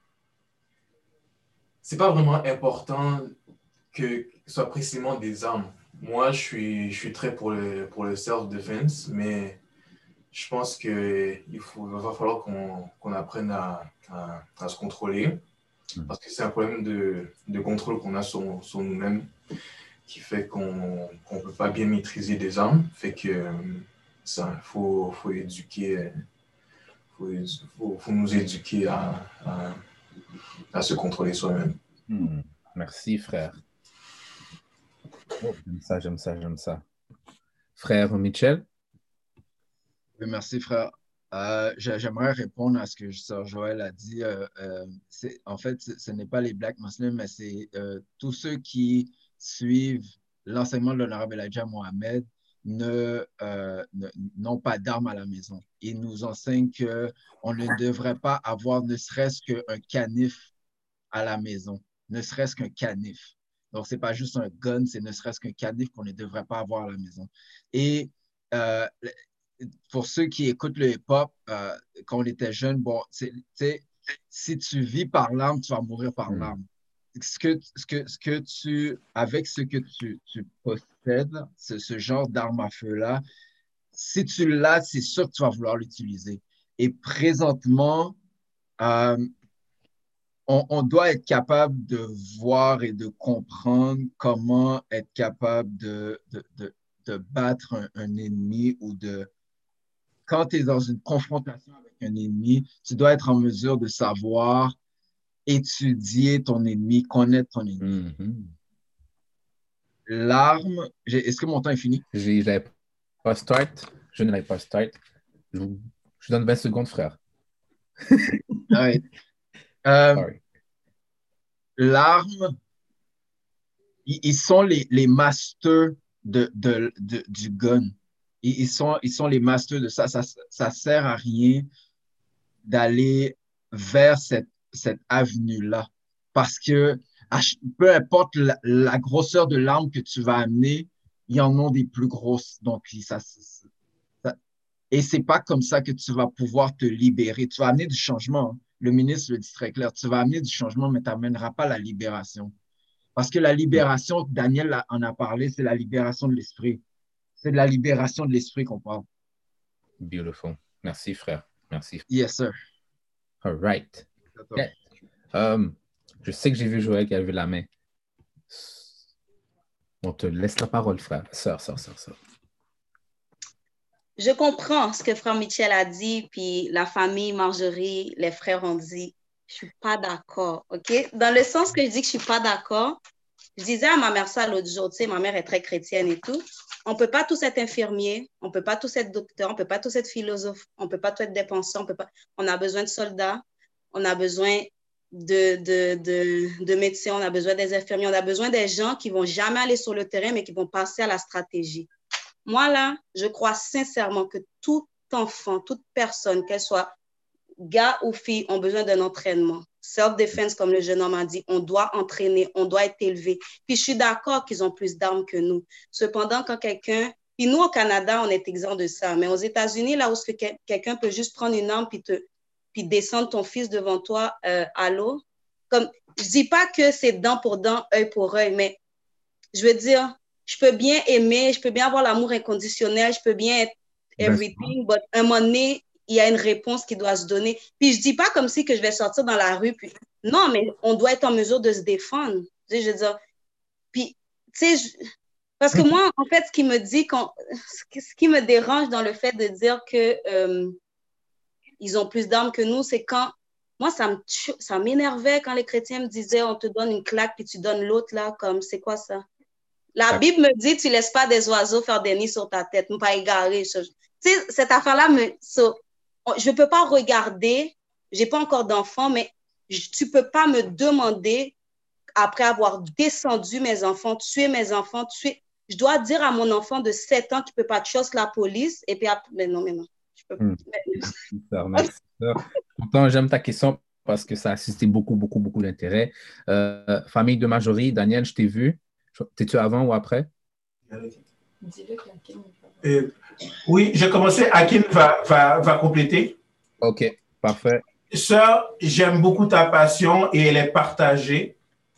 c'est pas vraiment important que ce soit précisément des armes. Moi, je suis, je suis très pour le, pour le self-defense, mais je pense qu'il va falloir qu'on qu'on apprenne à, à, à se contrôler parce que c'est un problème de, de contrôle qu'on a sur, sur nous-mêmes qui fait qu'on ne peut pas bien maîtriser des armes. Fait que ça, faut, faut éduquer, faut, faut, faut nous éduquer à, à, à se contrôler soi-même. Hmm. Merci, frère. Oh, j'aime ça, j'aime ça, j'aime ça. Frère Mitchell? Oui, merci, frère. Euh, J'aimerais répondre à ce que Sœur Joël a dit. Euh, euh, en fait, ce n'est pas les Black Muslims, mais c'est euh, tous ceux qui suivent l'enseignement de l'honorable Elijah Mohammed ne, euh, n'ont pas d'armes à la maison. Ils nous enseignent qu'on ne devrait pas avoir ne serait-ce qu'un canif à la maison, ne serait-ce qu'un canif. Donc, ce n'est pas juste un gun, c'est ne serait-ce qu'un canif qu'on ne devrait pas avoir à la maison. Et euh, pour ceux qui écoutent le hip-hop, euh, quand on était jeune, bon, si tu vis par l'arme, tu vas mourir par l'arme. Ce que, ce que, ce que tu, avec ce que tu, tu possèdes, ce, ce genre d'arme à feu-là, si tu l'as, c'est sûr que tu vas vouloir l'utiliser. Et présentement, euh, on, on doit être capable de voir et de comprendre comment être capable de, de, de, de battre un, un ennemi ou de... Quand tu es dans une confrontation avec un ennemi, tu dois être en mesure de savoir étudier ton ennemi, connaître ton ennemi. Mhm. L'arme, j'ai- est-ce que mon temps est fini? J'ai- J'avais pas start. Je n'avais pas start. Je, vous- je donne vingt secondes, frère. All right. Euh, Sorry. l'arme, ils, ils sont les, les masters de, de, de- du gun. Ils, ils sont, ils sont les masters de ça. Ça, ça sert à rien d'aller vers cette, cette avenue-là. Parce que à ch- peu importe la, la grosseur de l'arme que tu vas amener, il y en a des plus grosses. Donc, ça, ça- ça- et c'est pas comme ça que tu vas pouvoir te libérer. Tu vas amener du changement, hein. Le ministre le dit très clair. Tu vas amener du changement, mais tu n'amèneras pas la libération. Parce que la libération, Daniel a- en a parlé, c'est la libération de l'esprit. C'est de la libération de l'esprit qu'on parle. Beautiful. Merci, frère. Merci. Yes, sir. All right. Okay. Um, je sais que j'ai vu Joël qui a levé la main. On te laisse la parole, frère. Sœur, sœur, sœur, sœur. Je comprends ce que frère Michel a dit, puis la famille, Marjorie, les frères ont dit. Je suis pas d'accord, OK? Dans le sens que je dis que je suis pas d'accord, je disais à ma mère ça l'autre jour, tu sais, ma mère est très chrétienne et tout. On peut pas tous être infirmiers, on peut pas tous être docteurs, on peut pas tous être philosophes, on peut pas tous être des penseurs, on peut pas... On a besoin de soldats, on a besoin de, de, de, de médecins, on a besoin des infirmiers, on a besoin des gens qui vont jamais aller sur le terrain, mais qui vont passer à la stratégie. Moi, là, je crois sincèrement que tout enfant, toute personne, qu'elle soit gars ou fille, ont besoin d'un entraînement. Self-defense, comme le jeune homme a dit, on doit entraîner, on doit être élevé. Puis je suis d'accord qu'ils ont plus d'armes que nous. Cependant, quand quelqu'un... Puis nous, au Canada, on est exempt de ça. Mais aux États-Unis, là où quelqu'un peut juste prendre une arme puis, te, puis descendre ton fils devant toi euh, à l'eau, comme, je ne dis pas que c'est dent pour dent, œil pour œil, mais je veux dire... Je peux bien aimer, je peux bien avoir l'amour inconditionnel, je peux bien être everything, mais à un moment donné, il y a une réponse qui doit se donner. Puis je ne dis pas comme si que je vais sortir dans la rue. Puis... Non, mais on doit être en mesure de se défendre. Tu sais, je veux dire, puis, tu sais, je... parce que moi, en fait, ce qui me dit, quand... ce qui me dérange dans le fait de dire que euh, ils ont plus d'armes que nous, c'est quand, moi, ça me ça m'énervait quand les chrétiens me disaient, on te donne une claque, puis tu donnes l'autre, là, comme, c'est quoi ça? La Bible me dit, tu ne laisses pas des oiseaux faire des nids sur ta tête, ne pas égarer. Tu sais, cette affaire-là, me, so, je ne peux pas regarder, je n'ai pas encore d'enfant, mais je, tu ne peux pas me demander, après avoir descendu mes enfants, tué mes enfants, tué, je dois dire à mon enfant de sept ans qu'il ne peut pas chasser la police, et puis après, mais non, mais non. Je peux Hum. Merci, sœur. Pourtant, j'aime ta question parce que ça a suscité beaucoup, beaucoup, beaucoup d'intérêt. Euh, famille de Marjorie, Daniel, je t'ai vu. T'es-tu avant ou après? Euh, oui, j'ai commencé. Akin va, va, va compléter. OK, parfait. Sœur, j'aime beaucoup ta passion et elle est partagée.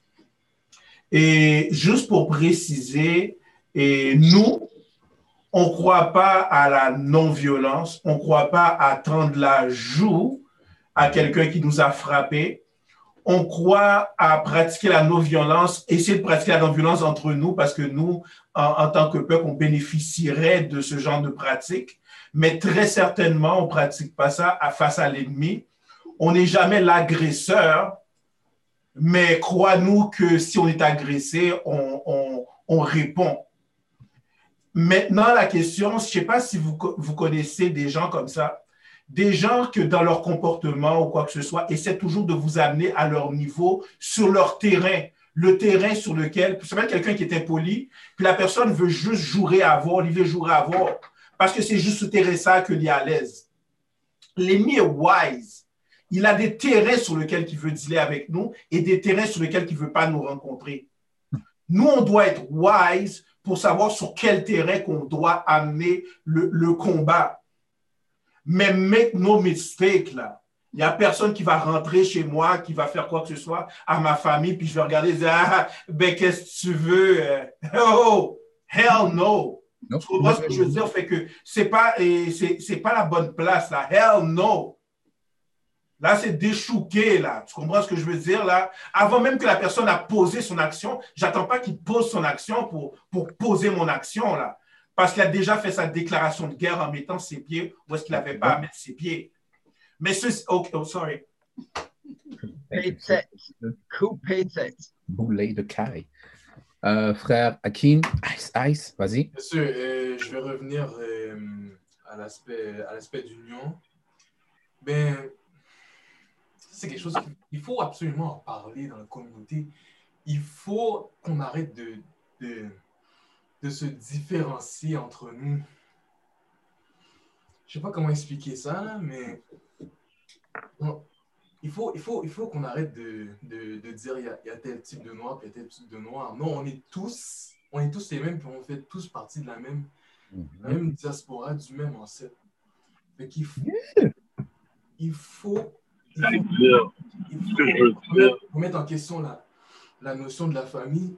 Et juste pour préciser, et nous, on ne croit pas à la non-violence, on ne croit pas à tendre la joue à quelqu'un qui nous a frappés. On croit à pratiquer la non-violence, essayer de pratiquer la non-violence entre nous parce que nous, en, en tant que peuple, on bénéficierait de ce genre de pratique. Mais très certainement, on ne pratique pas ça à, face à l'ennemi. On n'est jamais l'agresseur, mais crois-nous que si on est agressé, on, on, on répond. Maintenant, la question, je ne sais pas si vous, vous connaissez des gens comme ça, des gens que dans leur comportement ou quoi que ce soit, essaient toujours de vous amener à leur niveau, sur leur terrain, le terrain sur lequel, c'est même quelqu'un qui est impoli, puis la personne veut juste jouer à voir, il veut jouer à voir, parce que c'est juste ce terrain-là qu'il est à l'aise. L'ennemi est wise. Il a des terrains sur lesquels il veut dealer avec nous et des terrains sur lesquels il ne veut pas nous rencontrer. Nous, on doit être wise pour savoir sur quel terrain qu'on doit amener le, le combat. Mais make no mistake, là. Il n'y a personne qui va rentrer chez moi, qui va faire quoi que ce soit à ma famille, puis je vais regarder et dire, ah, ben, qu'est-ce que tu veux? Oh, hell no. Non. Tu comprends ce que je veux dire? Fait que c'est pas, et c'est, c'est pas la bonne place, là. Hell no! Là, c'est déchouqué, là. Tu comprends ce que je veux dire, là? Avant même que la personne a posé son action, j'attends pas qu'il pose son action pour, pour poser mon action, là. Parce qu'il a déjà fait sa déclaration de guerre en mettant ses pieds où est-ce qu'il n'avait pas à mettre ses pieds. Mais ce... Oh, oh sorry. Pay tête. Coup pay tête. Boulet de caille. Euh, frère Hakim, Ice, Ice, vas-y. Bien sûr, euh, je vais revenir euh, à l'aspect à l'aspect d'union. Ben, c'est quelque chose qu'il faut absolument en parler dans la communauté. Il faut qu'on arrête de, de, de se différencier entre nous. Je ne sais pas comment expliquer ça, mais bon, il faut, il faut, il faut qu'on arrête de, de, de dire il y, a, il y a tel type de noir et tel type de noir. Non, on est tous, on est tous les mêmes, puis on fait tous partie de la même, mm-hmm. la même diaspora, du même ancêtre. Fait qu'il faut, yeah. il faut, il faut, il faut, il faut, il faut mettre, mettre en question la, la notion de la famille.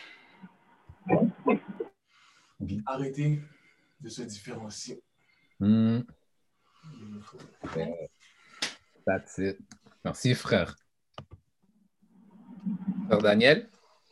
Puis arrêter de se différencier. Mm. Yeah. That's it. Merci, frère. Frère Daniel?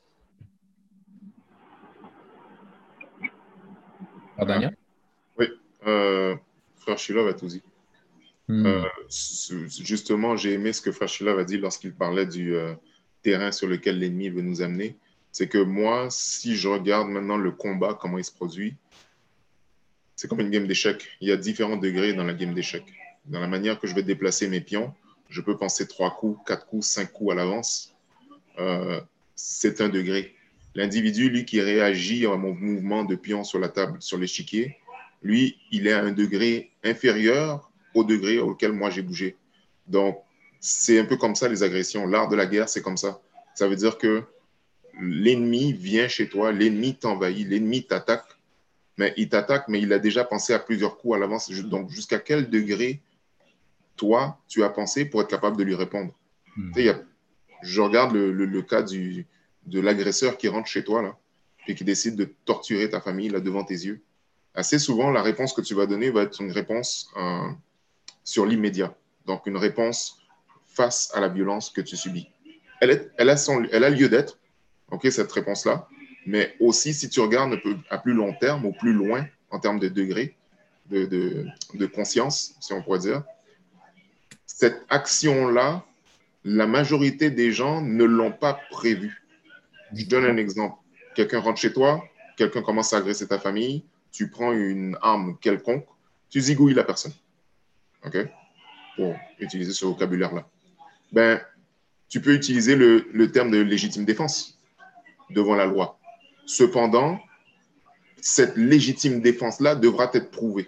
Frère Daniel? Oui, euh, frère Sheila va tout dire. Mm. Euh, justement, j'ai aimé ce que frère Sheila a dit lorsqu'il parlait du euh, terrain sur lequel l'ennemi veut nous amener. C'est que moi, si je regarde maintenant le combat, comment il se produit, c'est comme une game d'échecs. Il y a différents degrés dans la game d'échecs. Dans la manière que je vais déplacer mes pions, je peux penser trois coups, quatre coups, cinq coups à l'avance. Euh, c'est un degré. L'individu, lui, qui réagit à mon mouvement de pion sur la table, sur l'échiquier, lui, il est à un degré inférieur au degré auquel moi j'ai bougé. Donc, c'est un peu comme ça les agressions. L'art de la guerre, c'est comme ça. Ça veut dire que l'ennemi vient chez toi, l'ennemi t'envahit, l'ennemi t'attaque, mais il t'attaque, mais il a déjà pensé à plusieurs coups à l'avance. Donc, jusqu'à quel degré toi, tu as pensé pour être capable de lui répondre? Hmm. Tu sais, y a, je regarde le, le, le cas du, de l'agresseur qui rentre chez toi, là, puis qui décide de torturer ta famille là, devant tes yeux. Assez souvent, la réponse que tu vas donner va être une réponse euh, sur l'immédiat. Donc, une réponse face à la violence que tu subis. Elle, est, elle, a, son, elle a lieu d'être, okay, cette réponse-là, mais aussi, si tu regardes à plus long terme ou plus loin, en termes de degré de, de, de conscience, si on pourrait dire, cette action-là, la majorité des gens ne l'ont pas prévue. Je donne un exemple. Quelqu'un rentre chez toi, quelqu'un commence à agresser ta famille, tu prends une arme quelconque, tu zigouilles la personne. OK? Pour utiliser ce vocabulaire-là. Ben, tu peux utiliser le, le terme de légitime défense devant la loi. Cependant, cette légitime défense-là devra être prouvée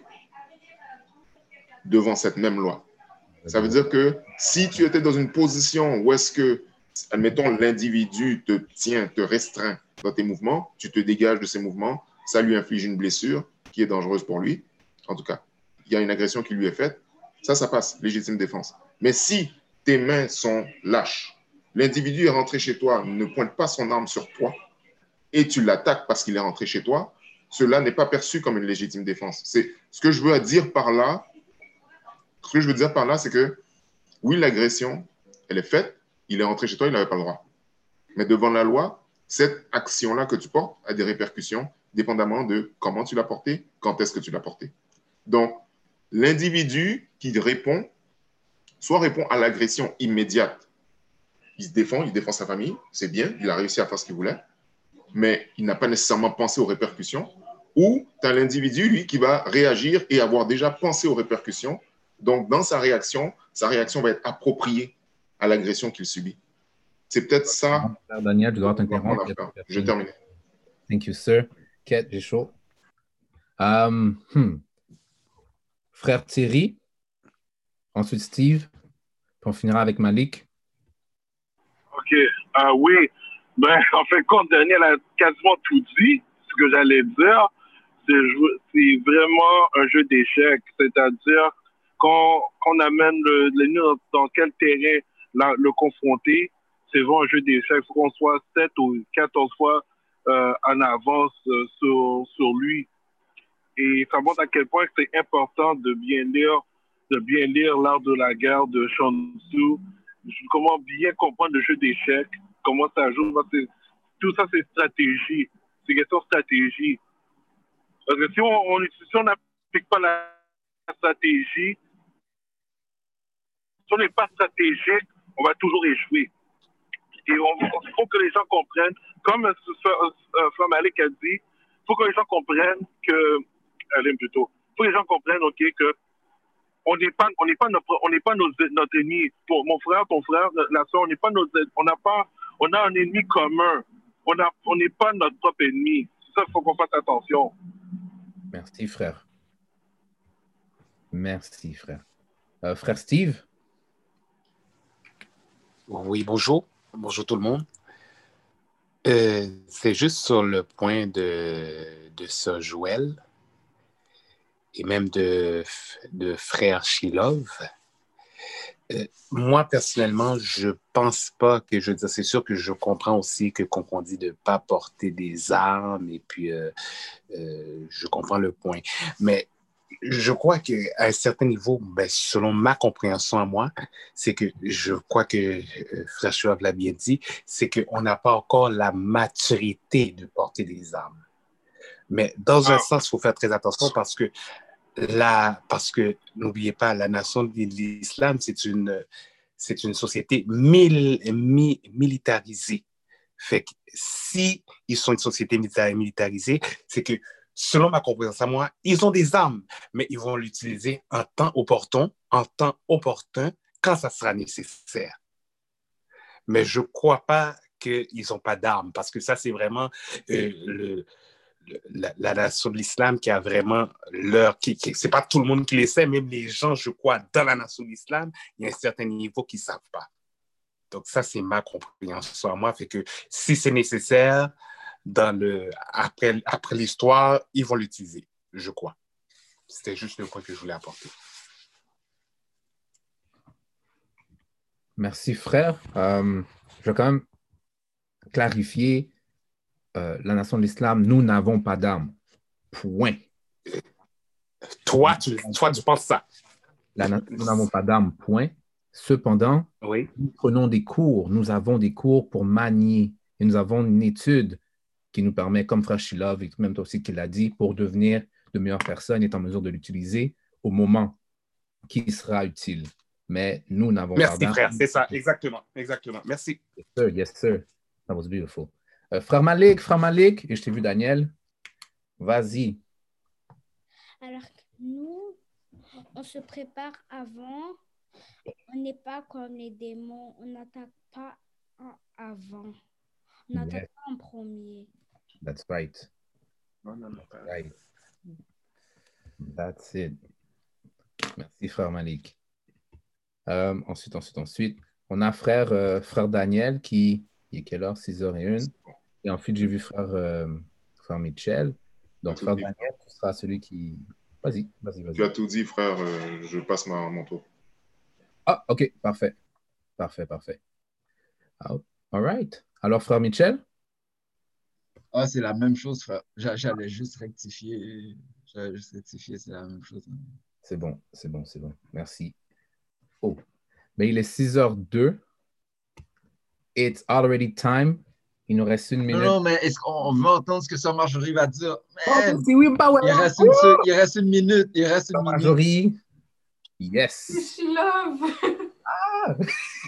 devant cette même loi. Ça veut dire que si tu étais dans une position où est-ce que, admettons, l'individu te tient, te restreint dans tes mouvements, tu te dégages de ses mouvements, ça lui inflige une blessure qui est dangereuse pour lui. En tout cas, il y a une agression qui lui est faite. Ça, ça passe, légitime défense. Mais si tes mains sont lâches, l'individu est rentré chez toi, ne pointe pas son arme sur toi et tu l'attaques parce qu'il est rentré chez toi, cela n'est pas perçu comme une légitime défense. C'est ce que je veux dire par là. Ce que je veux dire par là, c'est que oui, l'agression, elle est faite, il est rentré chez toi, il n'avait pas le droit. Mais devant la loi, cette action-là que tu portes a des répercussions dépendamment de comment tu l'as portée, quand est-ce que tu l'as portée. Donc, l'individu qui répond, soit répond à l'agression immédiate, il se défend, il défend sa famille, c'est bien, il a réussi à faire ce qu'il voulait, mais il n'a pas nécessairement pensé aux répercussions, ou tu as l'individu, lui, qui va réagir et avoir déjà pensé aux répercussions. Donc, dans sa réaction, sa réaction va être appropriée à l'agression qu'il subit. C'est peut-être ça. Daniel, je dois t'interrompre. Je termine. Thank you, sir. Kate, j'ai chaud. Um, hmm. Frère Thierry, ensuite Steve, puis on finira avec Malik. OK. Uh, oui. Ben, en fait, compte, Daniel a quasiment tout dit. Ce que j'allais dire, c'est vraiment un jeu d'échecs. C'est-à-dire qu'on qu'on amène l'ennemi dans, dans quel terrain la, le confronter, c'est vraiment un jeu d'échecs. Il faut qu'on soit sept ou quatorze fois euh, en avance euh, sur, sur lui. Et ça montre à quel point c'est important de bien lire, de bien lire l'art de la guerre de Sun Tzu, comment bien comprendre le jeu d'échecs, comment ça joue. Tout ça, c'est stratégie. C'est question de stratégie. Parce que si on on si on n'applique pas la stratégie, si on n'est pas stratégique, on va toujours échouer. Et il faut que les gens comprennent, comme Frère Malik a dit, il faut que les gens comprennent que, allez plutôt, il faut que les gens comprennent, ok, que on n'est pas, on n'est pas notre, on n'est pas nos, notre ennemi. Ton, mon frère, ton frère, la soeur, on n'est pas nos, on n'a pas, on a un ennemi commun. On a, on n'est pas notre propre ennemi. C'est ça qu'il faut qu'on fasse attention. Merci, frère. Merci, frère. Euh, frère Steve? Oui, bonjour. Bonjour tout le monde. Euh, c'est juste sur le point de, de Sir Joël et même de, de frère Shilov. Euh, moi, personnellement, je pense pas que, je veux dire, c'est sûr que je comprends aussi que qu'on on dit de ne pas porter des armes et puis euh, euh, je comprends le point. Mais je crois qu'à un certain niveau, ben, selon ma compréhension à moi, c'est que je crois que euh, Frère Shilov l'a bien dit, c'est qu'on n'a pas encore la maturité de porter des armes. Mais dans un sens, il faut faire très attention parce que Là, parce que n'oubliez pas, la nation de l'islam, c'est une, c'est une société mil, mi, militarisée. Fait que si ils sont une société militarisée, c'est que, selon ma compréhension à moi, ils ont des armes, mais ils vont l'utiliser en temps opportun, en temps opportun, quand ça sera nécessaire. Mais je ne crois pas qu'ils n'ont pas d'armes, parce que ça, c'est vraiment euh, le... La, la nation de l'islam qui a vraiment leur... Qui, qui, c'est pas tout le monde qui le sait, même les gens, je crois, dans la nation de l'islam, il y a un certain niveau qu'ils ne savent pas. Donc ça, c'est ma compréhension à moi. Fait que si c'est nécessaire, dans le, après, après l'histoire, ils vont l'utiliser, je crois. C'était juste le point que je voulais apporter. Merci, frère. Euh, je vais quand même clarifier. Euh, la nation de l'islam, nous n'avons pas d'armes. Point. Toi, tu, toi, tu penses ça. La, nous n'avons pas d'armes. Point. Cependant, oui. Nous prenons des cours. Nous avons des cours pour manier. Et nous avons une étude qui nous permet, comme Frère Shilov, et même toi aussi qui l'a dit, pour devenir de meilleures personnes, est en mesure de l'utiliser au moment qui sera utile. Mais nous n'avons pas d'armes. Merci, frère. C'est ça. Exactement. Exactement. Merci. Yes, sir. Yes, sir. That was beautiful. Euh, frère Malik, frère Malik, et je t'ai vu Daniel, vas-y. Alors, nous, on se prépare avant, on n'est pas comme les démons, on n'attaque pas en avant, on n'attaque yes. pas en premier. That's right. Non, non, non, pas right. That's it. Merci, frère Malik. Euh, ensuite, ensuite, ensuite, on a frère, euh, frère Daniel qui... Il est quelle heure? six heures zéro un. Et ensuite, j'ai vu frère, euh, frère Mitchell. Donc, frère Daniel, tu seras celui qui... Vas-y, vas-y, vas-y. Tu as tout dit, frère. Euh, je passe ma, mon tour. Ah, OK. Parfait. Parfait, parfait. Oh, all right. Alors, frère Mitchell? Ah, c'est la même chose, frère. J'allais juste rectifier. J'allais juste rectifier, c'est la même chose. C'est bon, c'est bon, c'est bon. Merci. Oh. Mais il est six heures deux. It's already time. Il nous reste une minute. Non, non, mais est-ce qu'on veut entendre ce que Sœur Marjorie va dire? Man, oh, oui, bah ouais. il, reste une, il reste une minute. Il reste une minute. Marjorie. Yes. She love. Ah.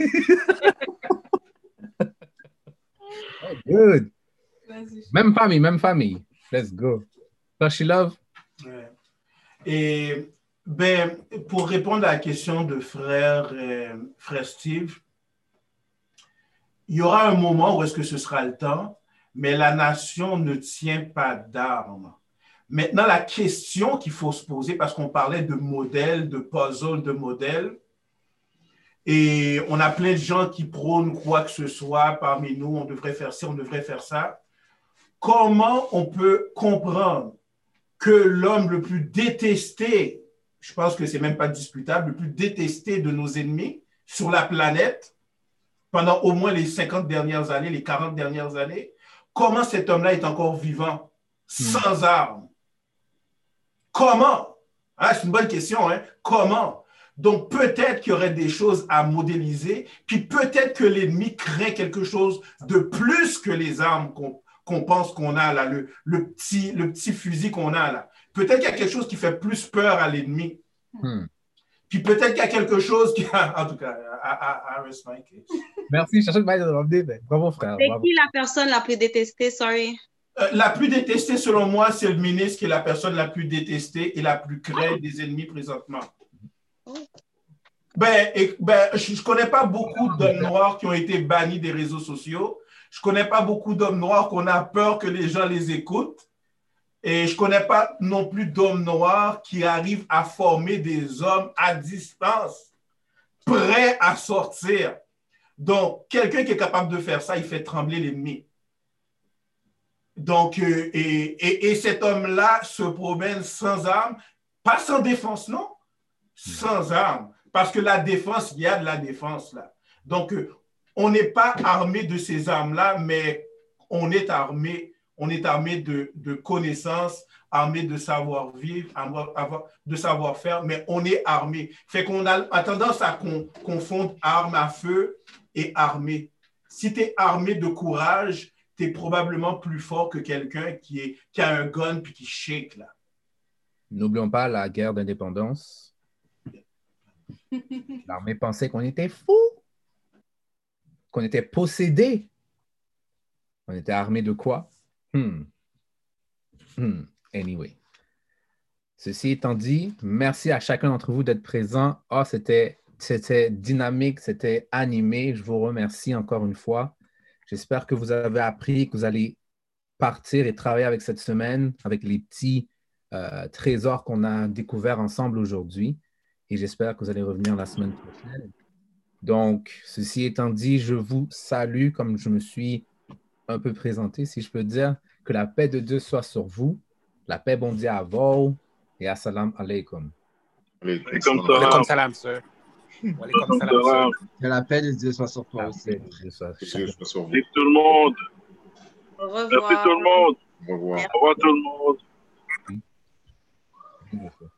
Oh, good. Même famille, même famille. Let's go. So, she love. Ouais. Et ben, pour répondre à la question de frère, euh, frère Steve, il y aura un moment où est-ce que ce sera le temps, mais la nation ne tient pas d'armes. Maintenant, la question qu'il faut se poser, parce qu'on parlait de modèles, de puzzle, de modèles, et on a plein de gens qui prônent quoi que ce soit parmi nous, on devrait faire ci, on devrait faire ça. Comment on peut comprendre que l'homme le plus détesté, je pense que ce n'est même pas discutable, le plus détesté de nos ennemis sur la planète, pendant au moins les cinquante dernières années, les quarante dernières années, comment cet homme-là est encore vivant, sans mmh. armes? comment? Ah, c'est une bonne question, hein? Comment? Donc, peut-être qu'il y aurait des choses à modéliser, puis peut-être que l'ennemi crée quelque chose de plus que les armes qu'on qu'on pense qu'on a là, le, le, petit, le petit fusil qu'on a là. Peut-être qu'il y a quelque chose qui fait plus peur à l'ennemi. Hmm. Puis peut-être qu'il y a quelque chose qui... En tout cas, I, I, I rest my case. Merci, je cherchais de revenir, mais bravo, frère. C'est Bravo. qui la personne la plus détestée, sorry? Euh, la plus détestée, selon moi, c'est le ministre qui est la personne la plus détestée et la plus crainte des ennemis présentement. Ben, et, ben, je ne connais pas beaucoup d'hommes noirs qui ont été bannis des réseaux sociaux. Je ne connais pas beaucoup d'hommes noirs qu'on a peur que les gens les écoutent. Et je ne connais pas non plus d'hommes noirs qui arrivent à former des hommes à distance, prêts à sortir. Donc, quelqu'un qui est capable de faire ça, il fait trembler l'ennemi. Donc, euh, et, et, et cet homme-là se promène sans armes, pas sans défense, non, sans armes. Parce que la défense, il y a de la défense là. Donc, euh, on n'est pas armé de ces armes-là, mais on est armé, on est armé de, de connaissances, armé de savoir-vivre, de savoir-faire, mais on est armé. Fait qu'on a, a tendance à con, confondre arme à feu et armé. Si tu es armé de courage, tu es probablement plus fort que quelqu'un qui, est, qui a un gun puis qui shake là. N'oublions pas la guerre d'indépendance. L'armée pensait qu'on était fous, qu'on était possédés. On était armés de quoi? Hmm. Hmm. Anyway. Ceci étant dit, merci à chacun d'entre vous d'être présent. Ah, c'était, c'était dynamique, c'était animé. Je vous remercie encore une fois. J'espère que vous avez appris, que vous allez partir et travailler avec cette semaine, avec les petits euh, trésors qu'on a découverts ensemble aujourd'hui. Et j'espère que vous allez revenir la semaine prochaine. Donc, ceci étant dit, je vous salue comme je me suis un peu présenté, si je peux dire. Que la paix de Dieu soit sur vous. La paix bon Dieu à vous. Et assalamu alaikum. Alaikum salam, sir. Alaikum salam, sir. Que la paix de Dieu soit sur toi aussi. Et tout le monde. Au revoir. Merci tout le monde. Au revoir. Au revoir tout le monde. Beautiful.